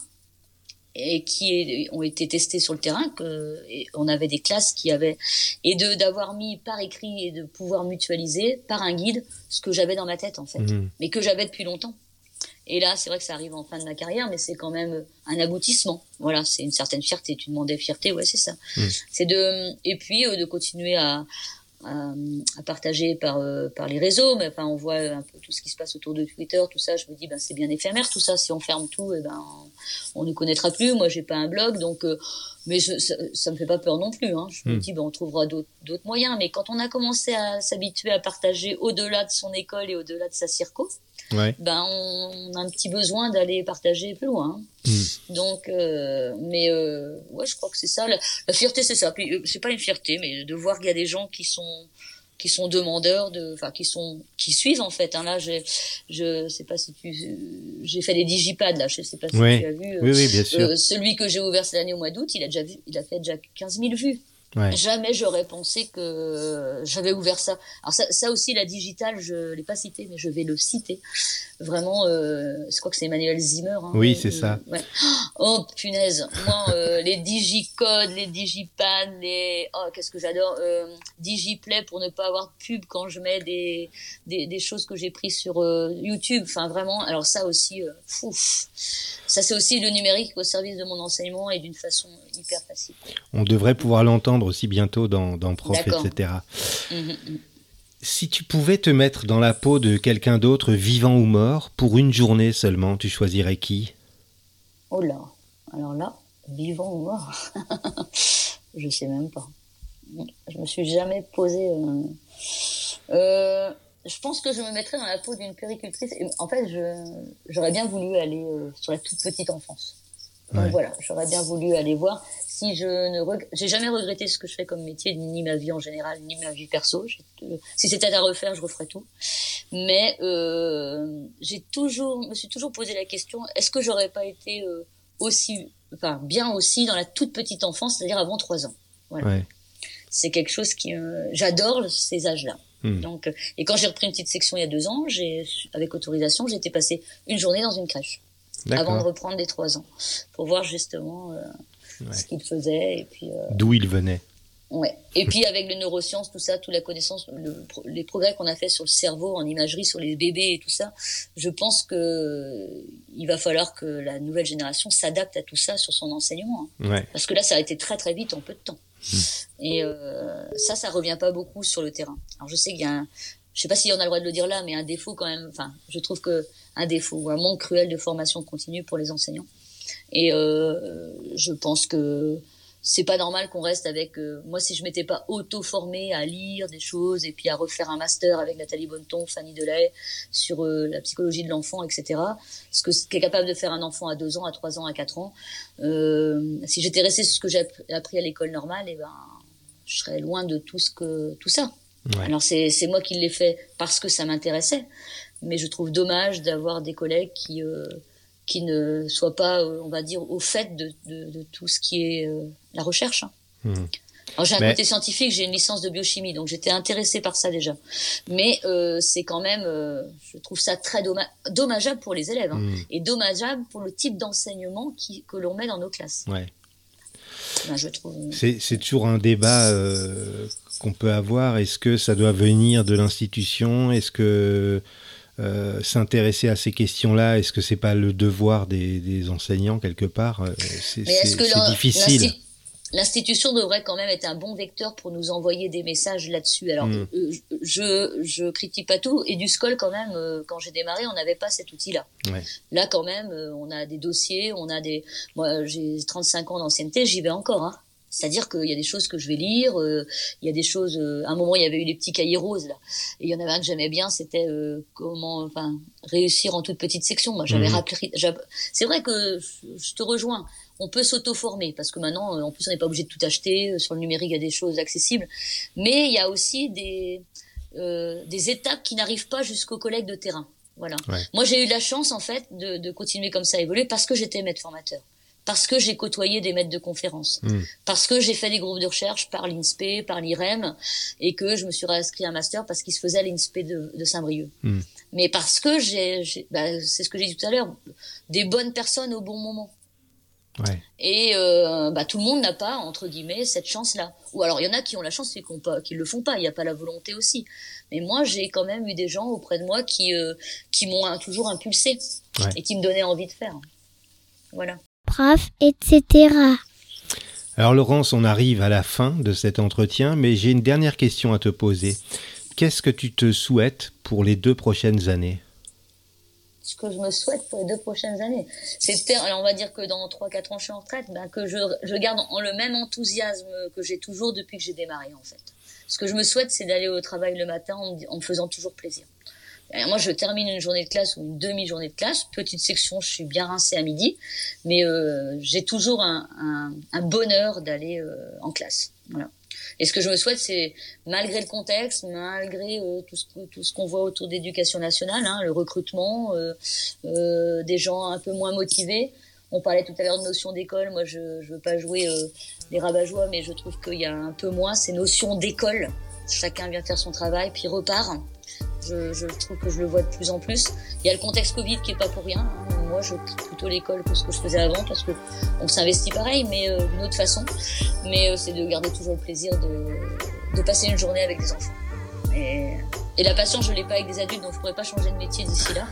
[SPEAKER 3] et qui ont été testés sur le terrain, que, et on avait des classes qui avaient, et de d'avoir mis par écrit et de pouvoir mutualiser par un guide ce que j'avais dans ma tête en fait, mmh. mais que j'avais depuis longtemps. Et là, c'est vrai que ça arrive en fin de ma carrière, mais c'est quand même un aboutissement. Voilà, c'est une certaine fierté. Tu demandais fierté, ouais, c'est ça. Mmh. C'est de, et puis euh, de continuer à À, à partager par euh, par les réseaux, mais enfin on voit un peu tout ce qui se passe autour de Twitter, tout ça. Je me dis ben c'est bien éphémère tout ça. Si on ferme tout, et ben on ne connaîtra plus. Moi j'ai pas un blog, donc euh, mais je, ça, ça me fait pas peur non plus. Hein. Je mmh. me dis ben on trouvera d'autres d'autres moyens. Mais quand on a commencé à s'habituer à partager au-delà de son école et au-delà de sa circo, ouais. ben on a un petit besoin d'aller partager plus loin. Hein. Mmh. Donc, euh, mais euh, ouais, je crois que c'est ça. La, la fierté, c'est ça. Puis, euh, c'est pas une fierté, mais de voir qu'il y a des gens qui sont qui sont demandeurs de, enfin, qui sont qui suivent en fait. Hein. Là, j'ai, je sais pas si tu, j'ai fait des digipads là. Je sais pas si
[SPEAKER 1] oui.
[SPEAKER 3] tu as vu. Euh,
[SPEAKER 1] oui, oui, bien sûr.
[SPEAKER 3] Euh, celui que j'ai ouvert cette année au mois d'août, il a déjà vu, il a fait déjà quinze mille vues. Ouais. Jamais j'aurais pensé que j'avais ouvert ça. Alors ça, ça aussi, la digitale, je l'ai pas cité, mais je vais le citer. Vraiment, euh, je crois que c'est Emmanuel Zimmer. Hein,
[SPEAKER 1] oui, c'est
[SPEAKER 3] il,
[SPEAKER 1] ça.
[SPEAKER 3] Ouais. Oh punaise, moi, euh, les digicodes, les digipads, les oh qu'est-ce que j'adore, euh, digiplay pour ne pas avoir de pub quand je mets des des, des choses que j'ai prises sur euh, YouTube. Enfin vraiment, alors ça aussi, euh, fouf. Ça c'est aussi le numérique au service de mon enseignement et d'une façon hyper facile.
[SPEAKER 1] On devrait pouvoir l'entendre aussi bientôt dans, dans Prof,
[SPEAKER 3] D'accord.
[SPEAKER 1] et cetera.
[SPEAKER 3] Mmh.
[SPEAKER 1] Si tu pouvais te mettre dans la peau de quelqu'un d'autre, vivant ou mort, pour une journée seulement, tu choisirais qui ?
[SPEAKER 3] Oh là, alors là, vivant ou mort, je sais même pas. Je me suis jamais posé. Euh... Euh, je pense que je me mettrais dans la peau d'une puéricultrice. En fait, je, j'aurais bien voulu aller euh, sur la toute petite enfance. Donc ouais. Voilà, j'aurais bien voulu aller voir. Si je ne reg... j'ai jamais regretté ce que je fais comme métier, ni ma vie en général, ni ma vie perso. J'ai... Si c'était à refaire, je referais tout. Mais euh, j'ai toujours, me suis toujours posé la question est-ce que j'aurais pas été euh, aussi, enfin bien aussi dans la toute petite enfance, c'est-à-dire avant trois ans. Voilà. Ouais. C'est quelque chose qui, euh, j'adore ces âges-là. Mmh. Donc, et quand j'ai repris une petite section il y a deux ans, j'ai, avec autorisation, j'ai été passer une journée dans une crèche. D'accord. Avant de reprendre les trois ans, pour voir justement euh, ouais. ce qu'il faisait et puis. Euh...
[SPEAKER 1] D'où il venait.
[SPEAKER 3] Ouais. Et puis avec les neurosciences, tout ça, toute la connaissance, le, les progrès qu'on a fait sur le cerveau, en imagerie, sur les bébés et tout ça, je pense que il va falloir que la nouvelle génération s'adapte à tout ça sur son enseignement. Hein.
[SPEAKER 1] Ouais.
[SPEAKER 3] Parce que là, ça a été très très vite en peu de temps. Mmh. Et euh, ça, ça revient pas beaucoup sur le terrain. Alors je sais qu'il y a un, je sais pas si on a le droit de le dire là, mais un défaut quand même, enfin, je trouve que un défaut ou un manque cruel de formation continue pour les enseignants. Et euh, je pense que c'est pas normal qu'on reste avec euh, moi si je m'étais pas auto-formée à lire des choses et puis à refaire un master avec Nathalie Bonneton, Fanny Delahaye sur euh, la psychologie de l'enfant, et cetera. Ce que ce qu'est capable de faire un enfant à deux ans, à trois ans, à quatre ans. Euh, si j'étais restée sur ce que j'ai appris à l'école normale, et ben je serais loin de tout ce que tout ça. Ouais. Alors c'est c'est moi qui l'ai fait parce que ça m'intéressait, mais je trouve dommage d'avoir des collègues qui euh, qui ne soient pas, euh, on va dire, au fait de, de, de tout ce qui est euh, la recherche. Hein. Mmh. Alors j'ai un Mais... côté scientifique, j'ai une licence de biochimie, donc j'étais intéressée par ça déjà. Mais euh, c'est quand même, euh, je trouve ça très dommage, dommageable pour les élèves, hein, mmh. et dommageable pour le type d'enseignement qui, que l'on met dans nos classes.
[SPEAKER 1] Ouais.
[SPEAKER 3] Ben, je trouve...
[SPEAKER 1] c'est, c'est toujours un débat euh, qu'on peut avoir. Est-ce que ça doit venir de l'institution ? Est-ce que Euh, s'intéresser à ces questions-là, est-ce que c'est pas le devoir des, des enseignants quelque part ? C'est,
[SPEAKER 3] Mais est-ce
[SPEAKER 1] c'est,
[SPEAKER 3] que
[SPEAKER 1] c'est
[SPEAKER 3] la,
[SPEAKER 1] difficile.
[SPEAKER 3] L'insti- l'institution devrait quand même être un bon vecteur pour nous envoyer des messages là-dessus. Alors, mmh. euh, je je critique pas tout. Et du Eduscol, quand même, euh, quand j'ai démarré, on n'avait pas cet outil-là. Ouais. Là, quand même, euh, on a des dossiers, on a des. Moi, j'ai trente-cinq ans d'ancienneté, j'y vais encore. Hein. C'est-à-dire qu'il y a des choses que je vais lire, euh, il y a des choses... Euh, à un moment, il y avait eu les petits cahiers roses, là. Et il y en avait un que j'aimais bien, c'était euh, comment... Enfin, réussir en toute petite section. Moi, j'avais mmh. rappelé... J'avais, c'est vrai que je te rejoins. On peut s'auto-former, parce que maintenant, en plus, on n'est pas obligé de tout acheter. Sur le numérique, il y a des choses accessibles. Mais il y a aussi des, euh, des étapes qui n'arrivent pas jusqu'aux collègues de terrain. Voilà. Ouais. Moi, j'ai eu la chance, en fait, de, de continuer comme ça à évoluer, parce que j'étais maître formateur. Parce que j'ai côtoyé des maîtres de conférences, mmh. parce que j'ai fait des groupes de recherche par l'I N S P E, par l'I R E M, et que je me suis réinscrit à un master parce qu'il se faisait à l'I N S P E de, de Saint-Brieuc. Mmh. Mais parce que j'ai, j'ai bah, c'est ce que j'ai dit tout à l'heure, des bonnes personnes au bon moment. Ouais. Et euh, bah, tout le monde n'a pas, entre guillemets, cette chance-là. Ou alors il y en a qui ont la chance, mais qui ne le font pas, il n'y a pas la volonté aussi. Mais moi, j'ai quand même eu des gens auprès de moi qui, euh, qui m'ont toujours impulsé, ouais. et qui me donnaient envie de faire. Voilà.
[SPEAKER 2] Prof, et cetera.
[SPEAKER 1] Alors Laurence, on arrive à la fin de cet entretien, mais j'ai une dernière question à te poser. Qu'est-ce que tu te souhaites pour les deux prochaines années ?
[SPEAKER 3] Ce que je me souhaite pour les deux prochaines années, c'est, alors on va dire que dans trois quatre ans je suis en retraite, ben que je, je garde en le même enthousiasme que j'ai toujours depuis que j'ai démarré en fait. Ce que je me souhaite, c'est d'aller au travail le matin en me, en me faisant toujours plaisir. Alors moi, je termine une journée de classe ou une demi-journée de classe. Petite section, je suis bien rincée à midi. Mais euh, j'ai toujours un, un, un bonheur d'aller euh, en classe. Voilà. Et ce que je me souhaite, c'est, malgré le contexte, malgré euh, tout, ce, tout ce qu'on voit autour d'éducation nationale, hein, le recrutement, euh, euh, des gens un peu moins motivés. On parlait tout à l'heure de notion d'école. Moi, je ne veux pas jouer euh, les rabat-joie, mais je trouve qu'il y a un peu moins ces notions d'école. Chacun vient faire son travail, puis repart. Je, je trouve que je le vois de plus en plus. Il y a le contexte Covid qui est pas pour rien. Hein. Moi, je quitte plutôt l'école que ce que je faisais avant parce que on s'investit pareil, mais euh, d'une autre façon. Mais euh, c'est de garder toujours le plaisir de, de passer une journée avec des enfants. Et, et la patience, je l'ai pas avec des adultes, donc je pourrais pas changer de métier d'ici là.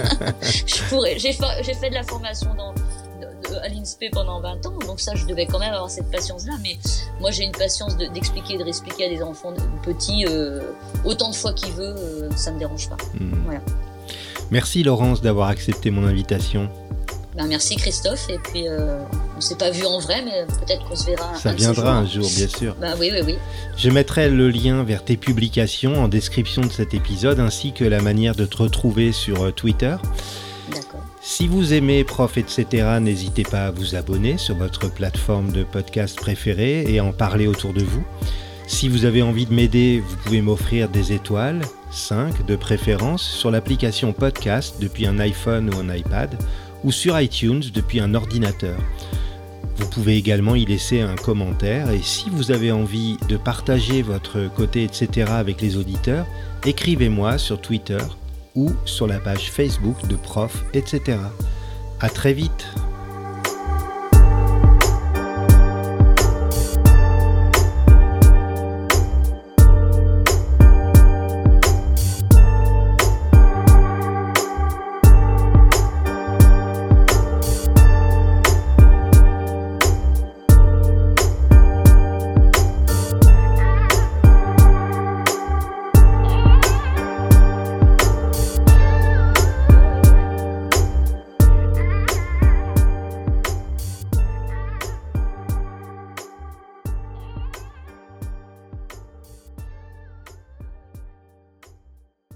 [SPEAKER 3] je pourrais. J'ai, fa- j'ai fait de la formation dans à l'I N S P E pendant vingt ans, donc ça je devais quand même avoir cette patience là, mais moi j'ai une patience de, d'expliquer et de réexpliquer à des enfants petits euh, autant de fois qu'ils veulent, euh, ça me dérange pas. Mmh. Voilà.
[SPEAKER 1] Merci Laurence d'avoir accepté mon invitation.
[SPEAKER 3] Ben, merci Christophe, et puis euh, on s'est pas vu en vrai, mais peut-être qu'on se verra.
[SPEAKER 1] Ça
[SPEAKER 3] un
[SPEAKER 1] viendra un jour, bien sûr.
[SPEAKER 3] Ben, oui, oui, oui.
[SPEAKER 1] Je mettrai le lien vers tes publications en description de cet épisode, ainsi que la manière de te retrouver sur Twitter.
[SPEAKER 3] D'accord.
[SPEAKER 1] Si vous aimez Prof, et cetera, n'hésitez pas à vous abonner sur votre plateforme de podcast préférée et en parler autour de vous. Si vous avez envie de m'aider, vous pouvez m'offrir des étoiles, cinq de préférence, sur l'application podcast depuis un iPhone ou un iPad, ou sur iTunes depuis un ordinateur. Vous pouvez également y laisser un commentaire, et si vous avez envie de partager votre côté, et cetera avec les auditeurs, écrivez-moi sur Twitter ou sur la page Facebook de Prof, et cetera. À très vite.